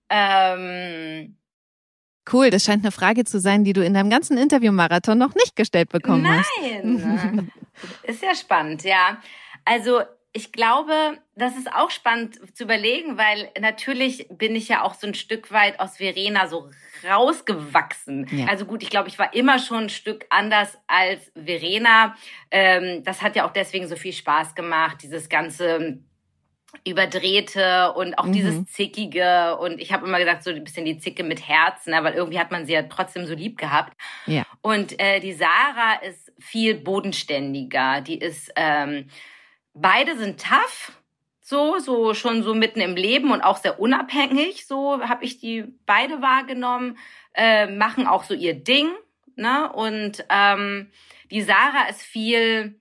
Cool, das scheint eine Frage zu sein, die du in deinem ganzen Interviewmarathon noch nicht gestellt bekommen hast. Nein, ist ja spannend, ja. Also ich glaube, das ist auch spannend zu überlegen, weil natürlich bin ich ja auch so ein Stück weit aus Verena so rausgewachsen. Ja. Also gut, ich glaube, ich war immer schon ein Stück anders als Verena. Das hat ja auch deswegen so viel Spaß gemacht, dieses ganze Überdrehte und auch dieses Zickige. Und ich habe immer gesagt, so ein bisschen die Zicke mit Herzen, weil irgendwie hat man sie ja trotzdem so lieb gehabt. Ja. Und die Sarah ist viel bodenständiger. Die ist, beide sind tough, so schon so mitten im Leben und auch sehr unabhängig. So habe ich die beide wahrgenommen, machen auch so ihr Ding, ne? Und die Sarah ist viel,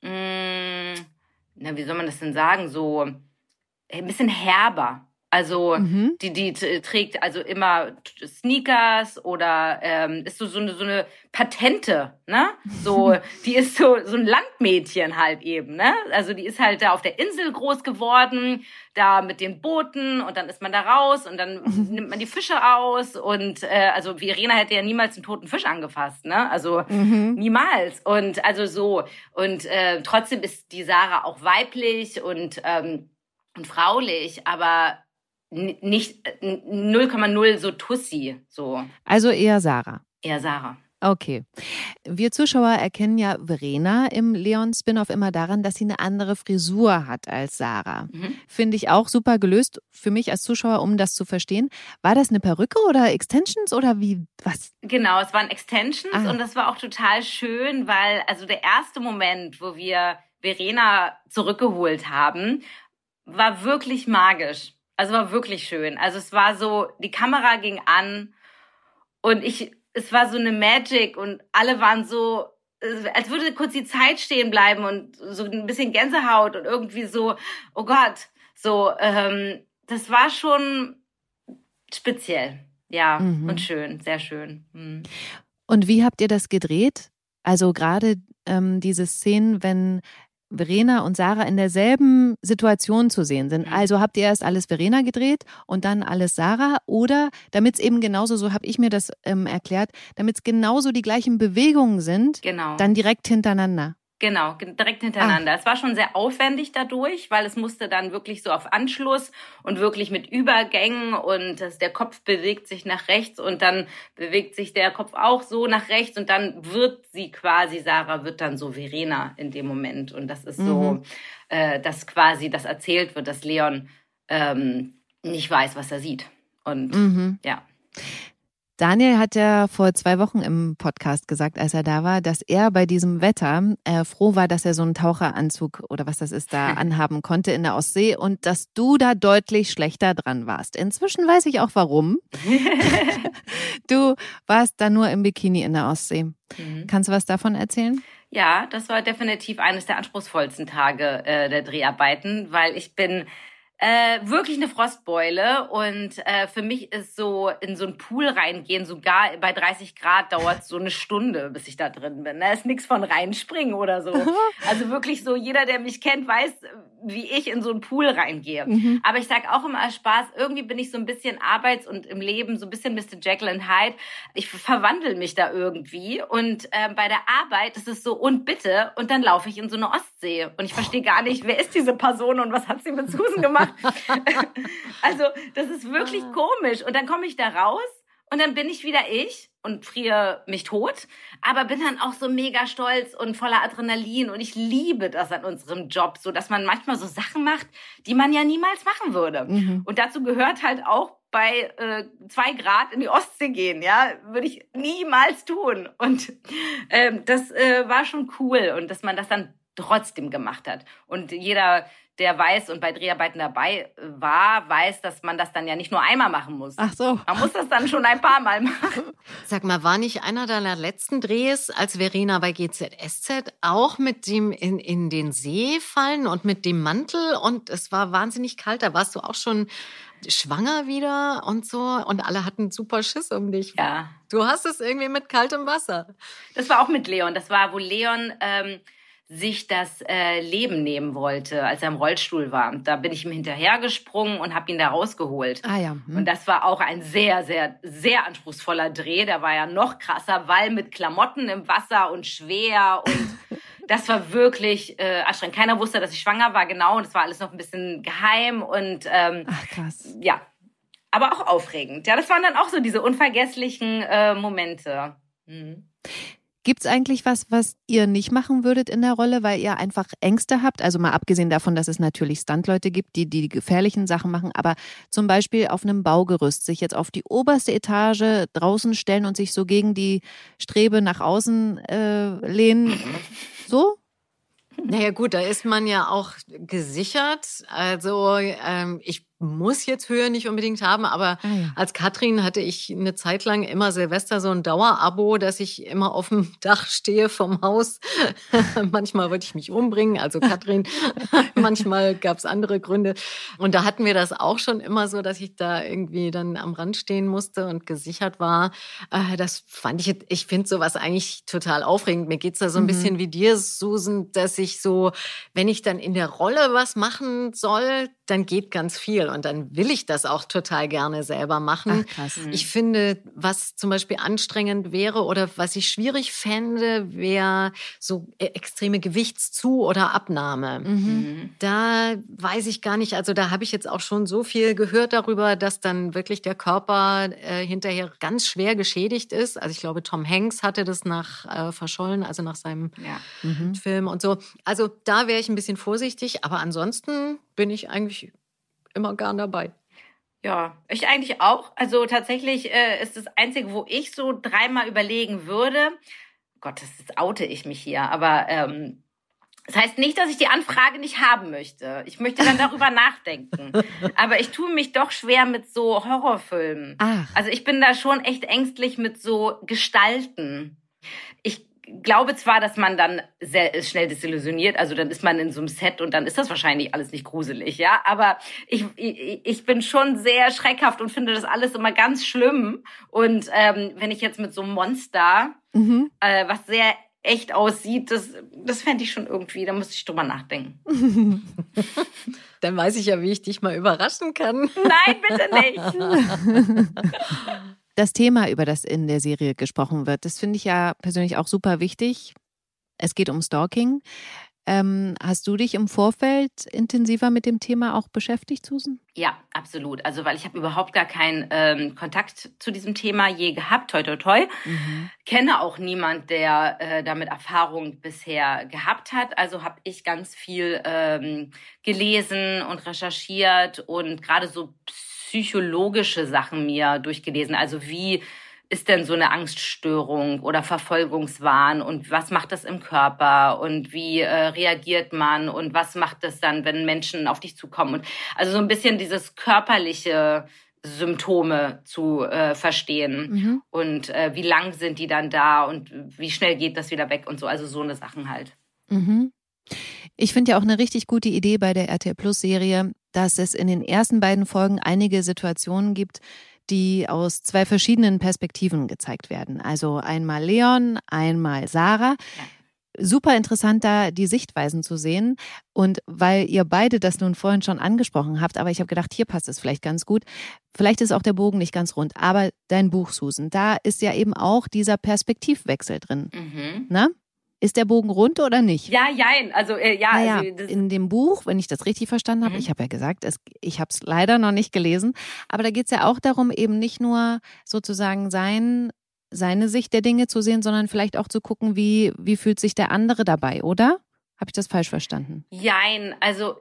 wie soll man das denn sagen, so ein bisschen herber. Also die trägt also immer Sneakers oder ist so eine Patente, ne? So, die ist so ein Landmädchen halt eben, ne? Also die ist halt da auf der Insel groß geworden, da mit den Booten und dann ist man da raus und dann nimmt man die Fische aus und also Verena hätte ja niemals einen toten Fisch angefasst, ne? Also niemals. Und also so und trotzdem ist die Sarah auch weiblich und fraulich, aber nicht 0,0 so Tussi, so. Also eher Sarah. Eher Sarah. Okay. Wir Zuschauer erkennen ja Verena im Leon-Spin-Off immer daran, dass sie eine andere Frisur hat als Sarah. Finde ich auch super gelöst für mich als Zuschauer, um das zu verstehen. War das eine Perücke oder Extensions oder wie, was? Genau, es waren Extensions und das war auch total schön, weil also der erste Moment, wo wir Verena zurückgeholt haben, war wirklich magisch. Also war wirklich schön. Also es war so, die Kamera ging an und es war so eine Magic und alle waren so, als würde kurz die Zeit stehen bleiben und so ein bisschen Gänsehaut und irgendwie so, oh Gott, so, das war schon speziell, ja, und schön, sehr schön. Und wie habt ihr das gedreht? Also gerade diese Szenen, wenn Verena und Sarah in derselben Situation zu sehen sind. Also habt ihr erst alles Verena gedreht und dann alles Sarah, oder damit es eben genauso, so habe ich mir das erklärt, damit es genauso die gleichen Bewegungen sind, dann direkt hintereinander. Genau, direkt hintereinander. Es war schon sehr aufwendig dadurch, weil es musste dann wirklich so auf Anschluss und wirklich mit Übergängen und der Kopf bewegt sich nach rechts und dann bewegt sich der Kopf auch so nach rechts und dann wird sie quasi, Sarah wird dann so Verena in dem Moment. Und das ist so, dass quasi das erzählt wird, dass Leon nicht weiß, was er sieht. Und ja. Daniel hat ja vor 2 Wochen im Podcast gesagt, als er da war, dass er bei diesem Wetter froh war, dass er so einen Taucheranzug oder was das ist da anhaben konnte in der Ostsee und dass du da deutlich schlechter dran warst. Inzwischen weiß ich auch warum. Du warst da nur im Bikini in der Ostsee. Kannst du was davon erzählen? Ja, das war definitiv eines der anspruchsvollsten Tage der Dreharbeiten, weil ich bin wirklich eine Frostbeule und für mich ist so in so einen Pool reingehen, sogar bei 30 Grad dauert so eine Stunde, bis ich da drin bin. Da ist nichts von reinspringen oder so. Also wirklich so, jeder, der mich kennt, weiß, wie ich in so einen Pool reingehe. Aber ich sage auch immer als Spaß, irgendwie bin ich so ein bisschen arbeits- und im Leben so ein bisschen Mr. Jekyll and Hyde. Ich verwandle mich da irgendwie und bei der Arbeit ist es so, und bitte, und dann laufe ich in so eine Ostsee und ich verstehe gar nicht, wer ist diese Person und was hat sie mit Susan gemacht? Also das ist wirklich komisch. Und dann komme ich da raus und dann bin ich wieder ich und friere mich tot, aber bin dann auch so mega stolz und voller Adrenalin. Und ich liebe das an unserem Job, so dass man manchmal so Sachen macht, die man ja niemals machen würde. Und dazu gehört halt auch bei 2 Grad in die Ostsee gehen, ja, würde ich niemals tun. Und das war schon cool und dass man das dann trotzdem gemacht hat. Und jeder, der weiß und bei Dreharbeiten dabei war, weiß, dass man das dann ja nicht nur einmal machen muss. Ach so. Man muss das dann schon ein paar Mal machen. Sag mal, war nicht einer deiner letzten Drehs als Verena bei GZSZ auch mit dem in den See fallen und mit dem Mantel und es war wahnsinnig kalt, da warst du auch schon schwanger wieder und so und alle hatten super Schiss um dich. Ja. Du hast es irgendwie mit kaltem Wasser. Das war auch mit Leon. Das war, wo Leon sich das Leben nehmen wollte, als er im Rollstuhl war. Da bin ich ihm hinterhergesprungen und habe ihn da rausgeholt. Ah ja. Und das war auch ein sehr, sehr, sehr anspruchsvoller Dreh. Der war ja noch krasser, weil mit Klamotten im Wasser und schwer und das war wirklich anstrengend. Keiner wusste, dass ich schwanger war, genau. Und das war alles noch ein bisschen geheim und ach, krass. Ja, aber auch aufregend. Ja, das waren dann auch so diese unvergesslichen Momente. Gibt's eigentlich was ihr nicht machen würdet in der Rolle, weil ihr einfach Ängste habt? Also mal abgesehen davon, dass es natürlich Stuntleute gibt, die gefährlichen Sachen machen, aber zum Beispiel auf einem Baugerüst sich jetzt auf die oberste Etage draußen stellen und sich so gegen die Strebe nach außen lehnen. So? Naja gut, da ist man ja auch gesichert. Also ich muss jetzt Höhe nicht unbedingt haben, aber als Katrin hatte ich eine Zeit lang immer Silvester so ein Dauerabo, dass ich immer auf dem Dach stehe vom Haus. Manchmal wollte ich mich umbringen, also Katrin. Manchmal gab es andere Gründe. Und da hatten wir das auch schon immer so, dass ich da irgendwie dann am Rand stehen musste und gesichert war. Das fand ich finde sowas eigentlich total aufregend. Mir geht's da so ein bisschen wie dir, Susan, dass ich so, wenn ich dann in der Rolle was machen soll, dann geht ganz viel und dann will ich das auch total gerne selber machen. Ach, krass. Ich finde, was zum Beispiel anstrengend wäre oder was ich schwierig fände, wäre so extreme Gewichtszu- oder Abnahme. Da weiß ich gar nicht, also da habe ich jetzt auch schon so viel gehört darüber, dass dann wirklich der Körper hinterher ganz schwer geschädigt ist. Also ich glaube, Tom Hanks hatte das nach Verschollen, also nach seinem Film und so. Also da wäre ich ein bisschen vorsichtig, aber ansonsten bin ich eigentlich immer gern dabei. Ja, ich eigentlich auch. Also tatsächlich ist das Einzige, wo ich so 3-mal überlegen würde. Gott, das oute ich mich hier. Aber das heißt nicht, dass ich die Anfrage nicht haben möchte. Ich möchte dann darüber nachdenken. Aber ich tue mich doch schwer mit so Horrorfilmen. Ach. Also ich bin da schon echt ängstlich mit so Gestalten. Ich glaube zwar, dass man dann sehr schnell desillusioniert, also dann ist man in so einem Set und dann ist das wahrscheinlich alles nicht gruselig, ja, aber ich bin schon sehr schreckhaft und finde das alles immer ganz schlimm und wenn ich jetzt mit so einem Monster, was sehr echt aussieht, das fände ich schon irgendwie, da müsste ich drüber nachdenken. Dann weiß ich ja, wie ich dich mal überraschen kann. Nein, bitte nicht. Das Thema, über das in der Serie gesprochen wird, das finde ich ja persönlich auch super wichtig. Es geht um Stalking. Hast du dich im Vorfeld intensiver mit dem Thema auch beschäftigt, Susan? Ja, absolut. Also, weil ich habe überhaupt gar keinen Kontakt zu diesem Thema je gehabt, toi, toi, toi. Kenne auch niemand, der damit Erfahrung bisher gehabt hat. Also habe ich ganz viel gelesen und recherchiert und gerade so psychologische Sachen mir durchgelesen. Also wie ist denn so eine Angststörung oder Verfolgungswahn und was macht das im Körper und wie reagiert man und was macht das dann, wenn Menschen auf dich zukommen? Und also so ein bisschen dieses körperliche Symptome zu verstehen und wie lang sind die dann da und wie schnell geht das wieder weg und so, also so eine Sachen halt. Ich finde ja auch eine richtig gute Idee bei der RTL-Plus-Serie, dass es in den ersten beiden Folgen einige Situationen gibt, die aus 2 verschiedenen Perspektiven gezeigt werden. Also einmal Leon, einmal Sarah. Ja. Super interessant, da die Sichtweisen zu sehen. Und weil ihr beide das nun vorhin schon angesprochen habt, aber ich habe gedacht, hier passt es vielleicht ganz gut. Vielleicht ist auch der Bogen nicht ganz rund. Aber dein Buch, Susan, da ist ja eben auch dieser Perspektivwechsel drin. Na? Ist der Bogen rund oder nicht? Ja, jein. Also, Also in dem Buch, wenn ich das richtig verstanden habe, ich habe ja gesagt, ich habe es leider noch nicht gelesen, aber da geht es ja auch darum, eben nicht nur sozusagen seine Sicht der Dinge zu sehen, sondern vielleicht auch zu gucken, wie fühlt sich der andere dabei, oder? Habe ich das falsch verstanden? Jein. Also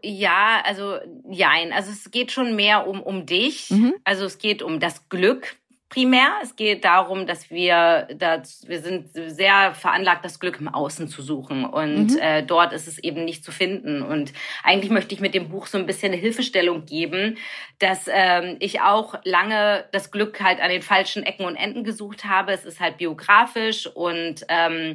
es geht schon mehr um dich. Also es geht um das Glück. Primär, es geht darum, dass wir sind sehr veranlagt, das Glück im Außen zu suchen und dort ist es eben nicht zu finden. Und eigentlich möchte ich mit dem Buch so ein bisschen eine Hilfestellung geben, dass ich auch lange das Glück halt an den falschen Ecken und Enden gesucht habe. Es ist halt biografisch und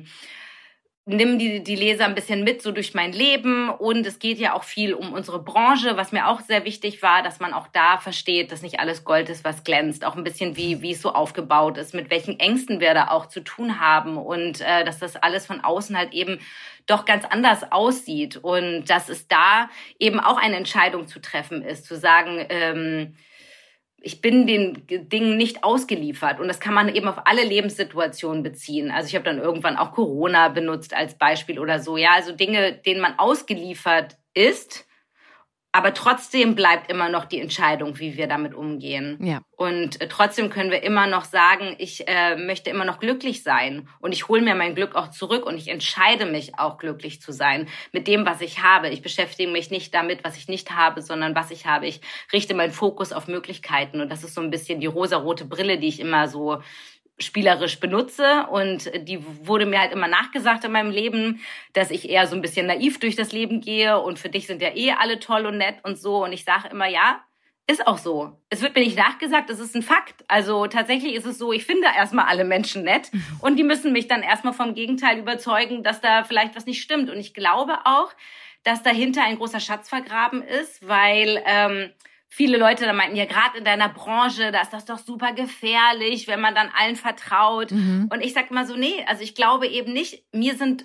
nimm die Leser ein bisschen mit so durch mein Leben und es geht ja auch viel um unsere Branche, was mir auch sehr wichtig war, dass man auch da versteht, dass nicht alles Gold ist, was glänzt, auch ein bisschen wie es so aufgebaut ist, mit welchen Ängsten wir da auch zu tun haben und dass das alles von außen halt eben doch ganz anders aussieht und dass es da eben auch eine Entscheidung zu treffen ist, zu sagen, ich bin den Dingen nicht ausgeliefert und das kann man eben auf alle Lebenssituationen beziehen. Also ich habe dann irgendwann auch Corona benutzt als Beispiel oder so. Ja, also Dinge, denen man ausgeliefert ist, aber trotzdem bleibt immer noch die Entscheidung, wie wir damit umgehen. Ja. Und trotzdem können wir immer noch sagen, ich möchte immer noch glücklich sein und ich hole mir mein Glück auch zurück und ich entscheide mich auch glücklich zu sein mit dem, was ich habe. Ich beschäftige mich nicht damit, was ich nicht habe, sondern was ich habe. Ich richte meinen Fokus auf Möglichkeiten und das ist so ein bisschen die rosarote Brille, die ich immer so spielerisch benutze und die wurde mir halt immer nachgesagt in meinem Leben, dass ich eher so ein bisschen naiv durch das Leben gehe und für dich sind ja alle toll und nett und so und ich sage immer, ja, ist auch so. Es wird mir nicht nachgesagt, es ist ein Fakt. Also tatsächlich ist es so, ich finde erstmal alle Menschen nett und die müssen mich dann erstmal vom Gegenteil überzeugen, dass da vielleicht was nicht stimmt und ich glaube auch, dass dahinter ein großer Schatz vergraben ist, weil viele Leute da meinten, ja, gerade in deiner Branche, da ist das doch super gefährlich, wenn man dann allen vertraut. Und ich sag immer so, nee, also ich glaube eben nicht, mir sind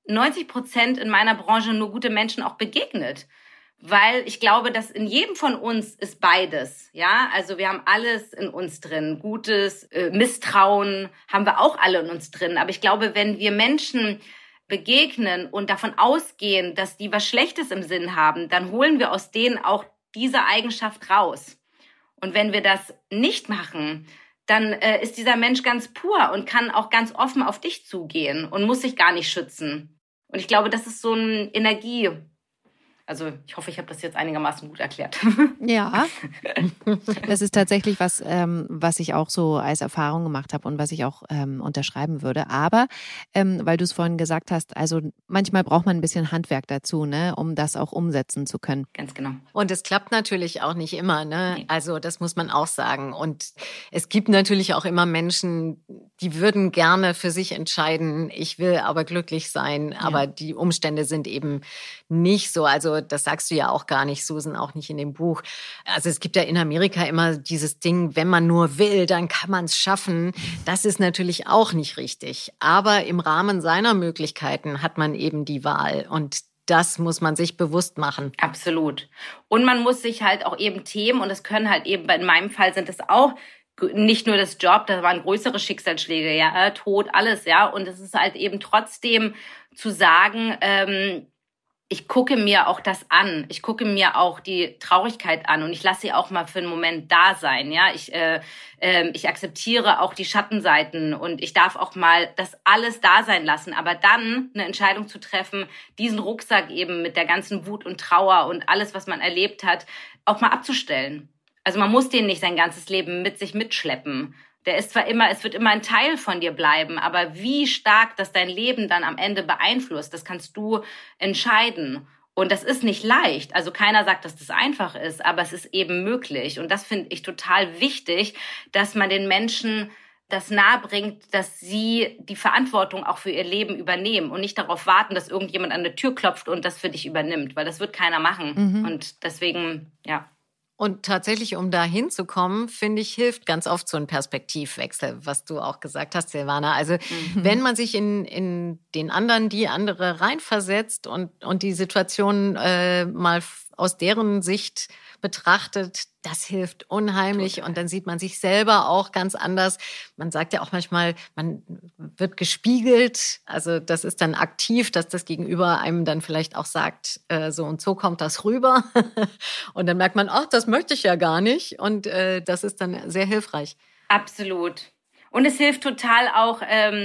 90% in meiner Branche nur gute Menschen auch begegnet. Weil ich glaube, dass in jedem von uns ist beides, ja. Also wir haben alles in uns drin. Gutes, Misstrauen haben wir auch alle in uns drin. Aber ich glaube, wenn wir Menschen begegnen und davon ausgehen, dass die was Schlechtes im Sinn haben, dann holen wir aus denen auch diese Eigenschaft raus. Und wenn wir das nicht machen, dann ist dieser Mensch ganz pur und kann auch ganz offen auf dich zugehen und muss sich gar nicht schützen. Und ich glaube, das ist so eine Energie. Also ich hoffe, ich habe das jetzt einigermaßen gut erklärt. Ja, das ist tatsächlich was ich auch so als Erfahrung gemacht habe und was ich auch unterschreiben würde. Aber weil du es vorhin gesagt hast, also manchmal braucht man ein bisschen Handwerk dazu, ne, um das auch umsetzen zu können. Ganz genau. Und es klappt natürlich auch nicht immer, ne? Nee. Also das muss man auch sagen. Und es gibt natürlich auch immer Menschen, die würden gerne für sich entscheiden, ich will aber glücklich sein, aber die Umstände sind eben nicht so. Also Also das sagst du ja auch gar nicht, Susan, auch nicht in dem Buch. Also es gibt ja in Amerika immer dieses Ding, wenn man nur will, dann kann man es schaffen. Das ist natürlich auch nicht richtig. Aber im Rahmen seiner Möglichkeiten hat man eben die Wahl und das muss man sich bewusst machen. Absolut. Und man muss sich halt auch eben Themen, und das können halt eben, in meinem Fall sind es auch nicht nur das Job, da waren größere Schicksalsschläge, ja, Tod, alles, ja. Und es ist halt eben trotzdem zu sagen, ich gucke mir auch das an. Ich gucke mir auch die Traurigkeit an und ich lasse sie auch mal für einen Moment da sein. Ja, ich akzeptiere auch die Schattenseiten und ich darf auch mal das alles da sein lassen. Aber dann eine Entscheidung zu treffen, diesen Rucksack eben mit der ganzen Wut und Trauer und alles, was man erlebt hat, auch mal abzustellen. Also man muss den nicht sein ganzes Leben mit sich mitschleppen. Der ist zwar immer, es wird immer ein Teil von dir bleiben, aber wie stark das dein Leben dann am Ende beeinflusst, das kannst du entscheiden. Und das ist nicht leicht. Also keiner sagt, dass das einfach ist, aber es ist eben möglich. Und das finde ich total wichtig, dass man den Menschen das nahebringt, dass sie die Verantwortung auch für ihr Leben übernehmen und nicht darauf warten, dass irgendjemand an der Tür klopft und das für dich übernimmt, weil das wird keiner machen. Und deswegen, ja. Und tatsächlich, um da hinzukommen, finde ich, hilft ganz oft so ein Perspektivwechsel, was du auch gesagt hast, Silvana. Also wenn man sich in den anderen, die andere reinversetzt und die Situation mal aus deren Sicht betrachtet, das hilft unheimlich. Total. Und dann sieht man sich selber auch ganz anders. Man sagt ja auch manchmal, man wird gespiegelt. Also das ist dann aktiv, dass das Gegenüber einem dann vielleicht auch sagt, so und so kommt das rüber. Und dann merkt man, ach, das möchte ich ja gar nicht. Und das ist dann sehr hilfreich. Absolut. Und es hilft total auch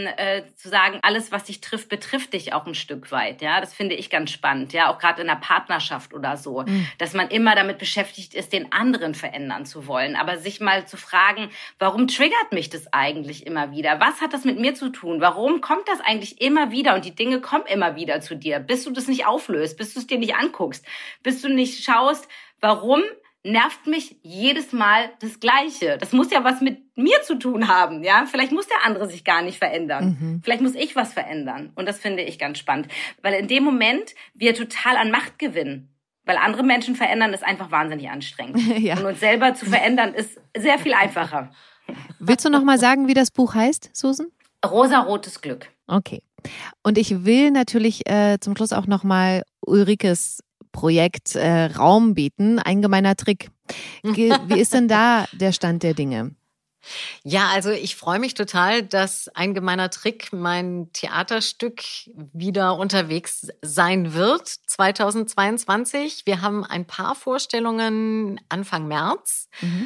zu sagen, alles, was dich trifft, betrifft dich auch ein Stück weit. Ja, das finde ich ganz spannend. Ja, auch gerade in einer Partnerschaft oder so, dass man immer damit beschäftigt ist, den anderen verändern zu wollen. Aber sich mal zu fragen, warum triggert mich das eigentlich immer wieder? Was hat das mit mir zu tun? Warum kommt das eigentlich immer wieder? Und die Dinge kommen immer wieder zu dir, bis du das nicht auflöst, bis du es dir nicht anguckst, bis du nicht schaust, warum nervt mich jedes Mal das Gleiche. Das muss ja was mit mir zu tun haben, ja? Vielleicht muss der andere sich gar nicht verändern. Vielleicht muss ich was verändern. Und das finde ich ganz spannend. Weil in dem Moment wir total an Macht gewinnen. Weil andere Menschen verändern ist einfach wahnsinnig anstrengend. Ja. Und uns selber zu verändern ist sehr viel einfacher. Willst du noch mal sagen, wie das Buch heißt, Susan? Rosarotes Glück. Okay. Und ich will natürlich zum Schluss auch noch mal Ulrikes Projekt Raum bieten, ein gemeiner Trick. Wie ist denn da der Stand der Dinge? Ja, also ich freue mich total, dass ein gemeiner Trick, mein Theaterstück, wieder unterwegs sein wird 2022. Wir haben ein paar Vorstellungen Anfang März.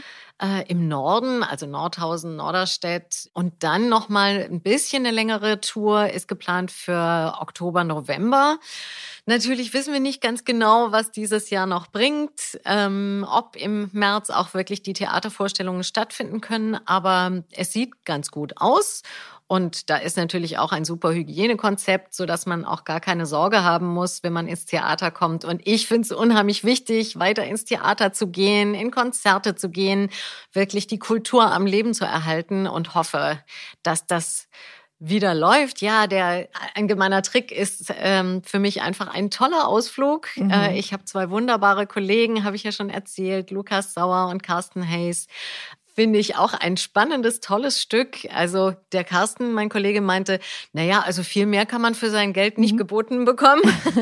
Im Norden, also Nordhausen, Norderstedt. Und dann nochmal ein bisschen eine längere Tour ist geplant für Oktober, November. Natürlich wissen wir nicht ganz genau, was dieses Jahr noch bringt, ob im März auch wirklich die Theatervorstellungen stattfinden können. Aber es sieht ganz gut aus. Und da ist natürlich auch ein super Hygienekonzept, sodass man auch gar keine Sorge haben muss, wenn man ins Theater kommt. Und ich finde es unheimlich wichtig, weiter ins Theater zu gehen, in Konzerte zu gehen, wirklich die Kultur am Leben zu erhalten und hoffe, dass das wieder läuft. Ja, ein gemeiner Trick ist für mich einfach ein toller Ausflug. Ich habe 2 wunderbare Kollegen, habe ich ja schon erzählt, Lukas Sauer und Carsten Hayes. Finde ich auch ein spannendes, tolles Stück. Also der Carsten, mein Kollege, meinte, naja, also viel mehr kann man für sein Geld nicht geboten bekommen.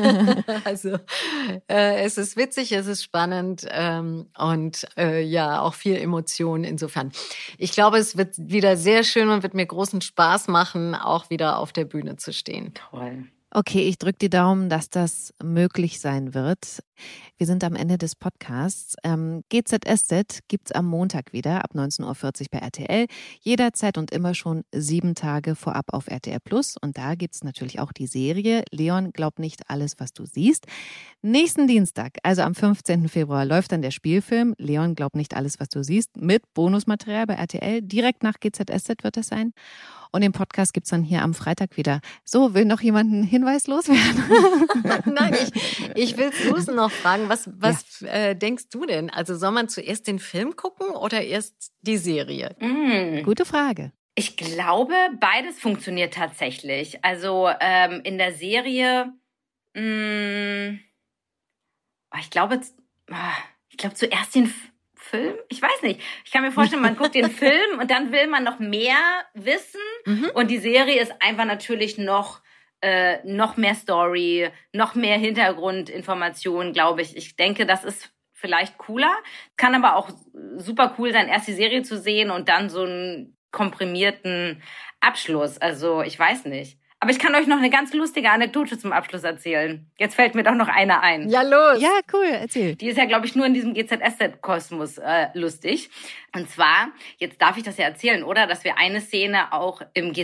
Also es ist witzig, es ist spannend und ja, auch viel Emotion insofern. Ich glaube, es wird wieder sehr schön und wird mir großen Spaß machen, auch wieder auf der Bühne zu stehen. Toll. Okay, ich drücke die Daumen, dass das möglich sein wird. Wir sind am Ende des Podcasts. GZSZ gibt's am Montag wieder ab 19:40 Uhr bei RTL. Jederzeit und immer schon 7 Tage vorab auf RTL+. Und da gibt's natürlich auch die Serie Leon, glaub nicht alles, was du siehst. Nächsten Dienstag, also am 15. Februar, läuft dann der Spielfilm Leon, glaub nicht alles, was du siehst, mit Bonusmaterial bei RTL. Direkt nach GZSZ wird das sein. Und den Podcast gibt's dann hier am Freitag wieder. So, will noch jemand einen Hinweis loswerden? Nein, ich will Susan noch fragen, was denkst du denn? Also soll man zuerst den Film gucken oder erst die Serie? Gute Frage. Ich glaube, beides funktioniert tatsächlich. Also in der Serie ich glaube zuerst den Film? Ich weiß nicht. Ich kann mir vorstellen, man guckt den Film und dann will man noch mehr wissen. Und die Serie ist einfach natürlich noch mehr Story, noch mehr Hintergrundinformationen, glaube ich. Ich denke, das ist vielleicht cooler. Kann aber auch super cool sein, erst die Serie zu sehen und dann so einen komprimierten Abschluss. Also ich weiß nicht. Aber ich kann euch noch eine ganz lustige Anekdote zum Abschluss erzählen. Jetzt fällt mir doch noch eine ein. Ja, los. Ja, cool, erzähl. Die ist ja, glaube ich, nur in diesem GZSZ-Kosmos lustig. Und zwar, jetzt darf ich das ja erzählen, oder? Dass wir eine Szene auch im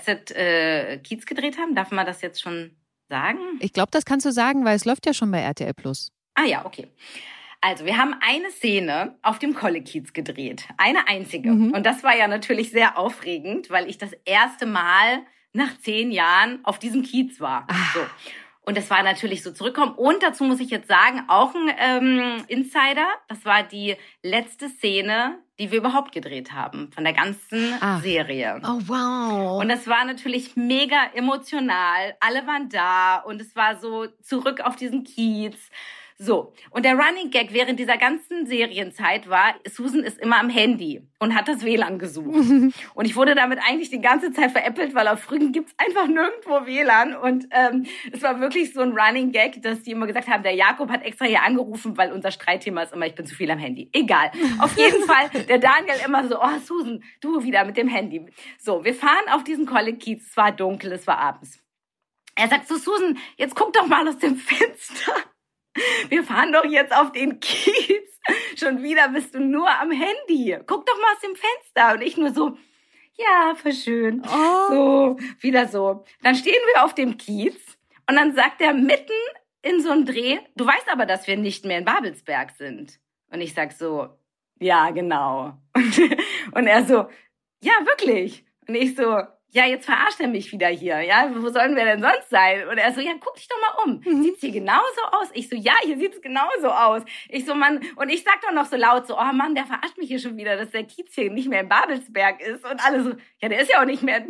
GZSZ-Kiez gedreht haben. Darf man das jetzt schon sagen? Ich glaube, das kannst du sagen, weil es läuft ja schon bei RTL+. Ah ja, okay. Also, wir haben eine Szene auf dem Kollekiez gedreht. Eine einzige. Und das war ja natürlich sehr aufregend, weil ich das erste Mal nach 10 Jahren auf diesem Kiez war. So. Und das war natürlich so zurückkommen. Und dazu muss ich jetzt sagen, auch ein Insider. Das war die letzte Szene, die wir überhaupt gedreht haben. Von der ganzen Serie. Oh, wow. Und das war natürlich mega emotional. Alle waren da. Und es war so zurück auf diesen Kiez. So, und der Running Gag während dieser ganzen Serienzeit war, Susan ist immer am Handy und hat das WLAN gesucht. Und ich wurde damit eigentlich die ganze Zeit veräppelt, weil auf Rügen gibt's einfach nirgendwo WLAN. Und es war wirklich so ein Running Gag, dass die immer gesagt haben, der Jakob hat extra hier angerufen, weil unser Streitthema ist immer, ich bin zu viel am Handy. Egal. Auf jeden Fall, der Daniel immer so, oh Susan, du wieder mit dem Handy. So, wir fahren auf diesen Kollekiez, es war dunkel, es war abends. Er sagt so, Susan, jetzt guck doch mal aus dem Fenster. Wir fahren doch jetzt auf den Kiez. Schon wieder bist du nur am Handy. Guck doch mal aus dem Fenster. Und ich nur so, ja, voll schön. So, wieder so. Dann stehen wir auf dem Kiez und dann sagt er mitten in so einem Dreh, du weißt aber, dass wir nicht mehr in Babelsberg sind. Und ich sag so, ja, genau. Und er so, ja, wirklich. Und ich so, ja, jetzt verarscht er mich wieder hier, ja, wo sollen wir denn sonst sein? Und er so, ja, guck dich doch mal um. Sieht's hier genauso aus? Ich so, ja, hier sieht's genauso aus. Ich so, Mann, und ich sag doch noch so laut so, oh Mann, der verarscht mich hier schon wieder, dass der Kiez hier nicht mehr in Babelsberg ist. Und alle so, ja, der ist ja auch nicht mehr in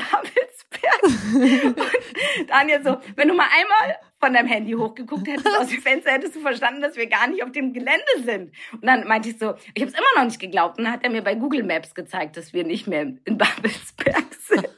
Babelsberg. Und Daniel so, wenn du mal einmal von deinem Handy hochgeguckt hättest aus dem Fenster, hättest du verstanden, dass wir gar nicht auf dem Gelände sind. Und dann meinte ich so, ich habe es immer noch nicht geglaubt. Und dann hat er mir bei Google Maps gezeigt, dass wir nicht mehr in Babelsberg sind.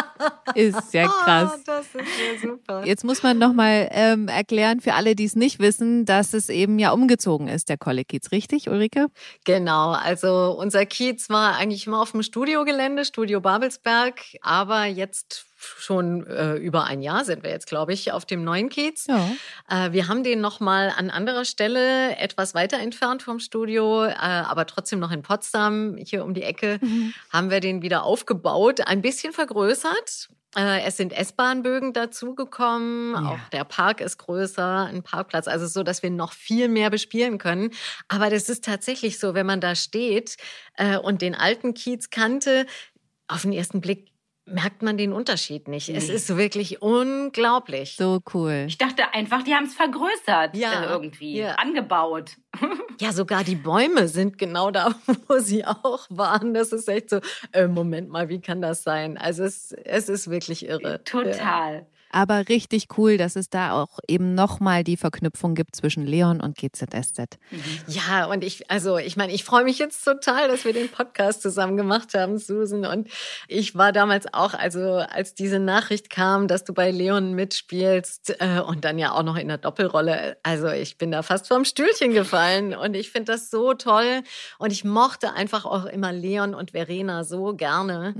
Ist ja krass. Das ist ja super. Jetzt muss man nochmal erklären für alle, die es nicht wissen, dass es eben ja umgezogen ist, der Kollekiez, richtig, Ulrike? Genau, also unser Kiez war eigentlich immer auf dem Studiogelände, Studio Babelsberg, aber jetzt schon über ein Jahr sind wir jetzt, glaube ich, auf dem neuen Kiez. Ja. Wir haben den nochmal an anderer Stelle etwas weiter entfernt vom Studio, aber trotzdem noch in Potsdam, hier um die Ecke, haben wir den wieder aufgebaut, ein bisschen vergrößert. Es sind S-Bahn-Bögen dazugekommen, auch der Park ist größer, ein Parkplatz, also so, dass wir noch viel mehr bespielen können. Aber das ist tatsächlich so, wenn man da steht und den alten Kiez kannte, auf den ersten Blick merkt man den Unterschied nicht. Nee. Es ist wirklich unglaublich. So cool. Ich dachte einfach, die haben es vergrößert irgendwie, angebaut. Ja, sogar die Bäume sind genau da, wo sie auch waren. Das ist echt so, Moment mal, wie kann das sein? Also es ist wirklich irre. Total. Ja. Aber richtig cool, dass es da auch eben nochmal die Verknüpfung gibt zwischen Leon und GZSZ. Ja, und ich meine, ich freue mich jetzt total, dass wir den Podcast zusammen gemacht haben, Susan. Und ich war damals auch, also als diese Nachricht kam, dass du bei Leon mitspielst und dann ja auch noch in der Doppelrolle, also ich bin da fast vom Stühlchen gefallen und ich finde das so toll. Und ich mochte einfach auch immer Leon und Verena so gerne.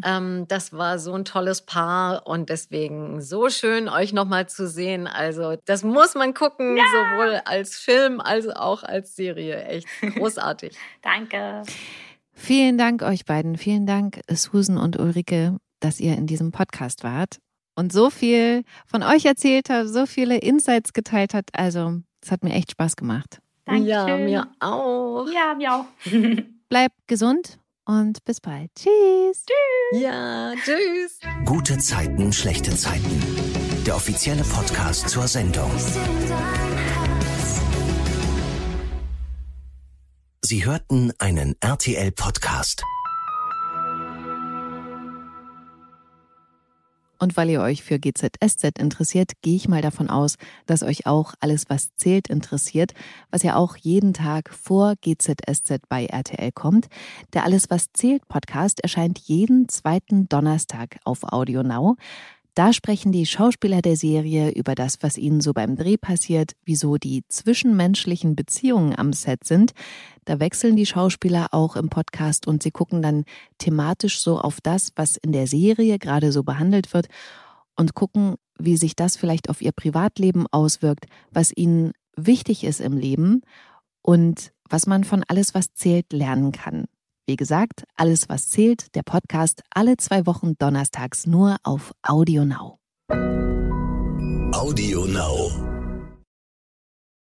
Das war so ein tolles Paar und deswegen so schön, euch nochmal zu sehen. Also das muss man gucken, sowohl als Film als auch als Serie. Echt großartig. Danke. Vielen Dank euch beiden. Vielen Dank, Susan und Ulrike, dass ihr in diesem Podcast wart und so viel von euch erzählt habt, so viele Insights geteilt habt. Also es hat mir echt Spaß gemacht. Dankeschön. Ja, mir auch. Ja, mir auch. Bleibt gesund und bis bald. Tschüss. Tschüss. Ja, tschüss. Gute Zeiten, schlechte Zeiten. Der offizielle Podcast zur Sendung. Sie hörten einen RTL-Podcast. Und weil ihr euch für GZSZ interessiert, gehe ich mal davon aus, dass euch auch Alles, was zählt, interessiert, was ja auch jeden Tag vor GZSZ bei RTL kommt. Der Alles, was zählt Podcast erscheint jeden zweiten Donnerstag auf Audio Now. Da sprechen die Schauspieler der Serie über das, was ihnen so beim Dreh passiert, wieso die zwischenmenschlichen Beziehungen am Set sind. Da wechseln die Schauspieler auch im Podcast und sie gucken dann thematisch so auf das, was in der Serie gerade so behandelt wird und gucken, wie sich das vielleicht auf ihr Privatleben auswirkt, was ihnen wichtig ist im Leben und was man von Alles, was zählt, lernen kann. Wie gesagt, Alles, was zählt, der Podcast, alle 2 Wochen donnerstags nur auf Audio Now. Audio Now.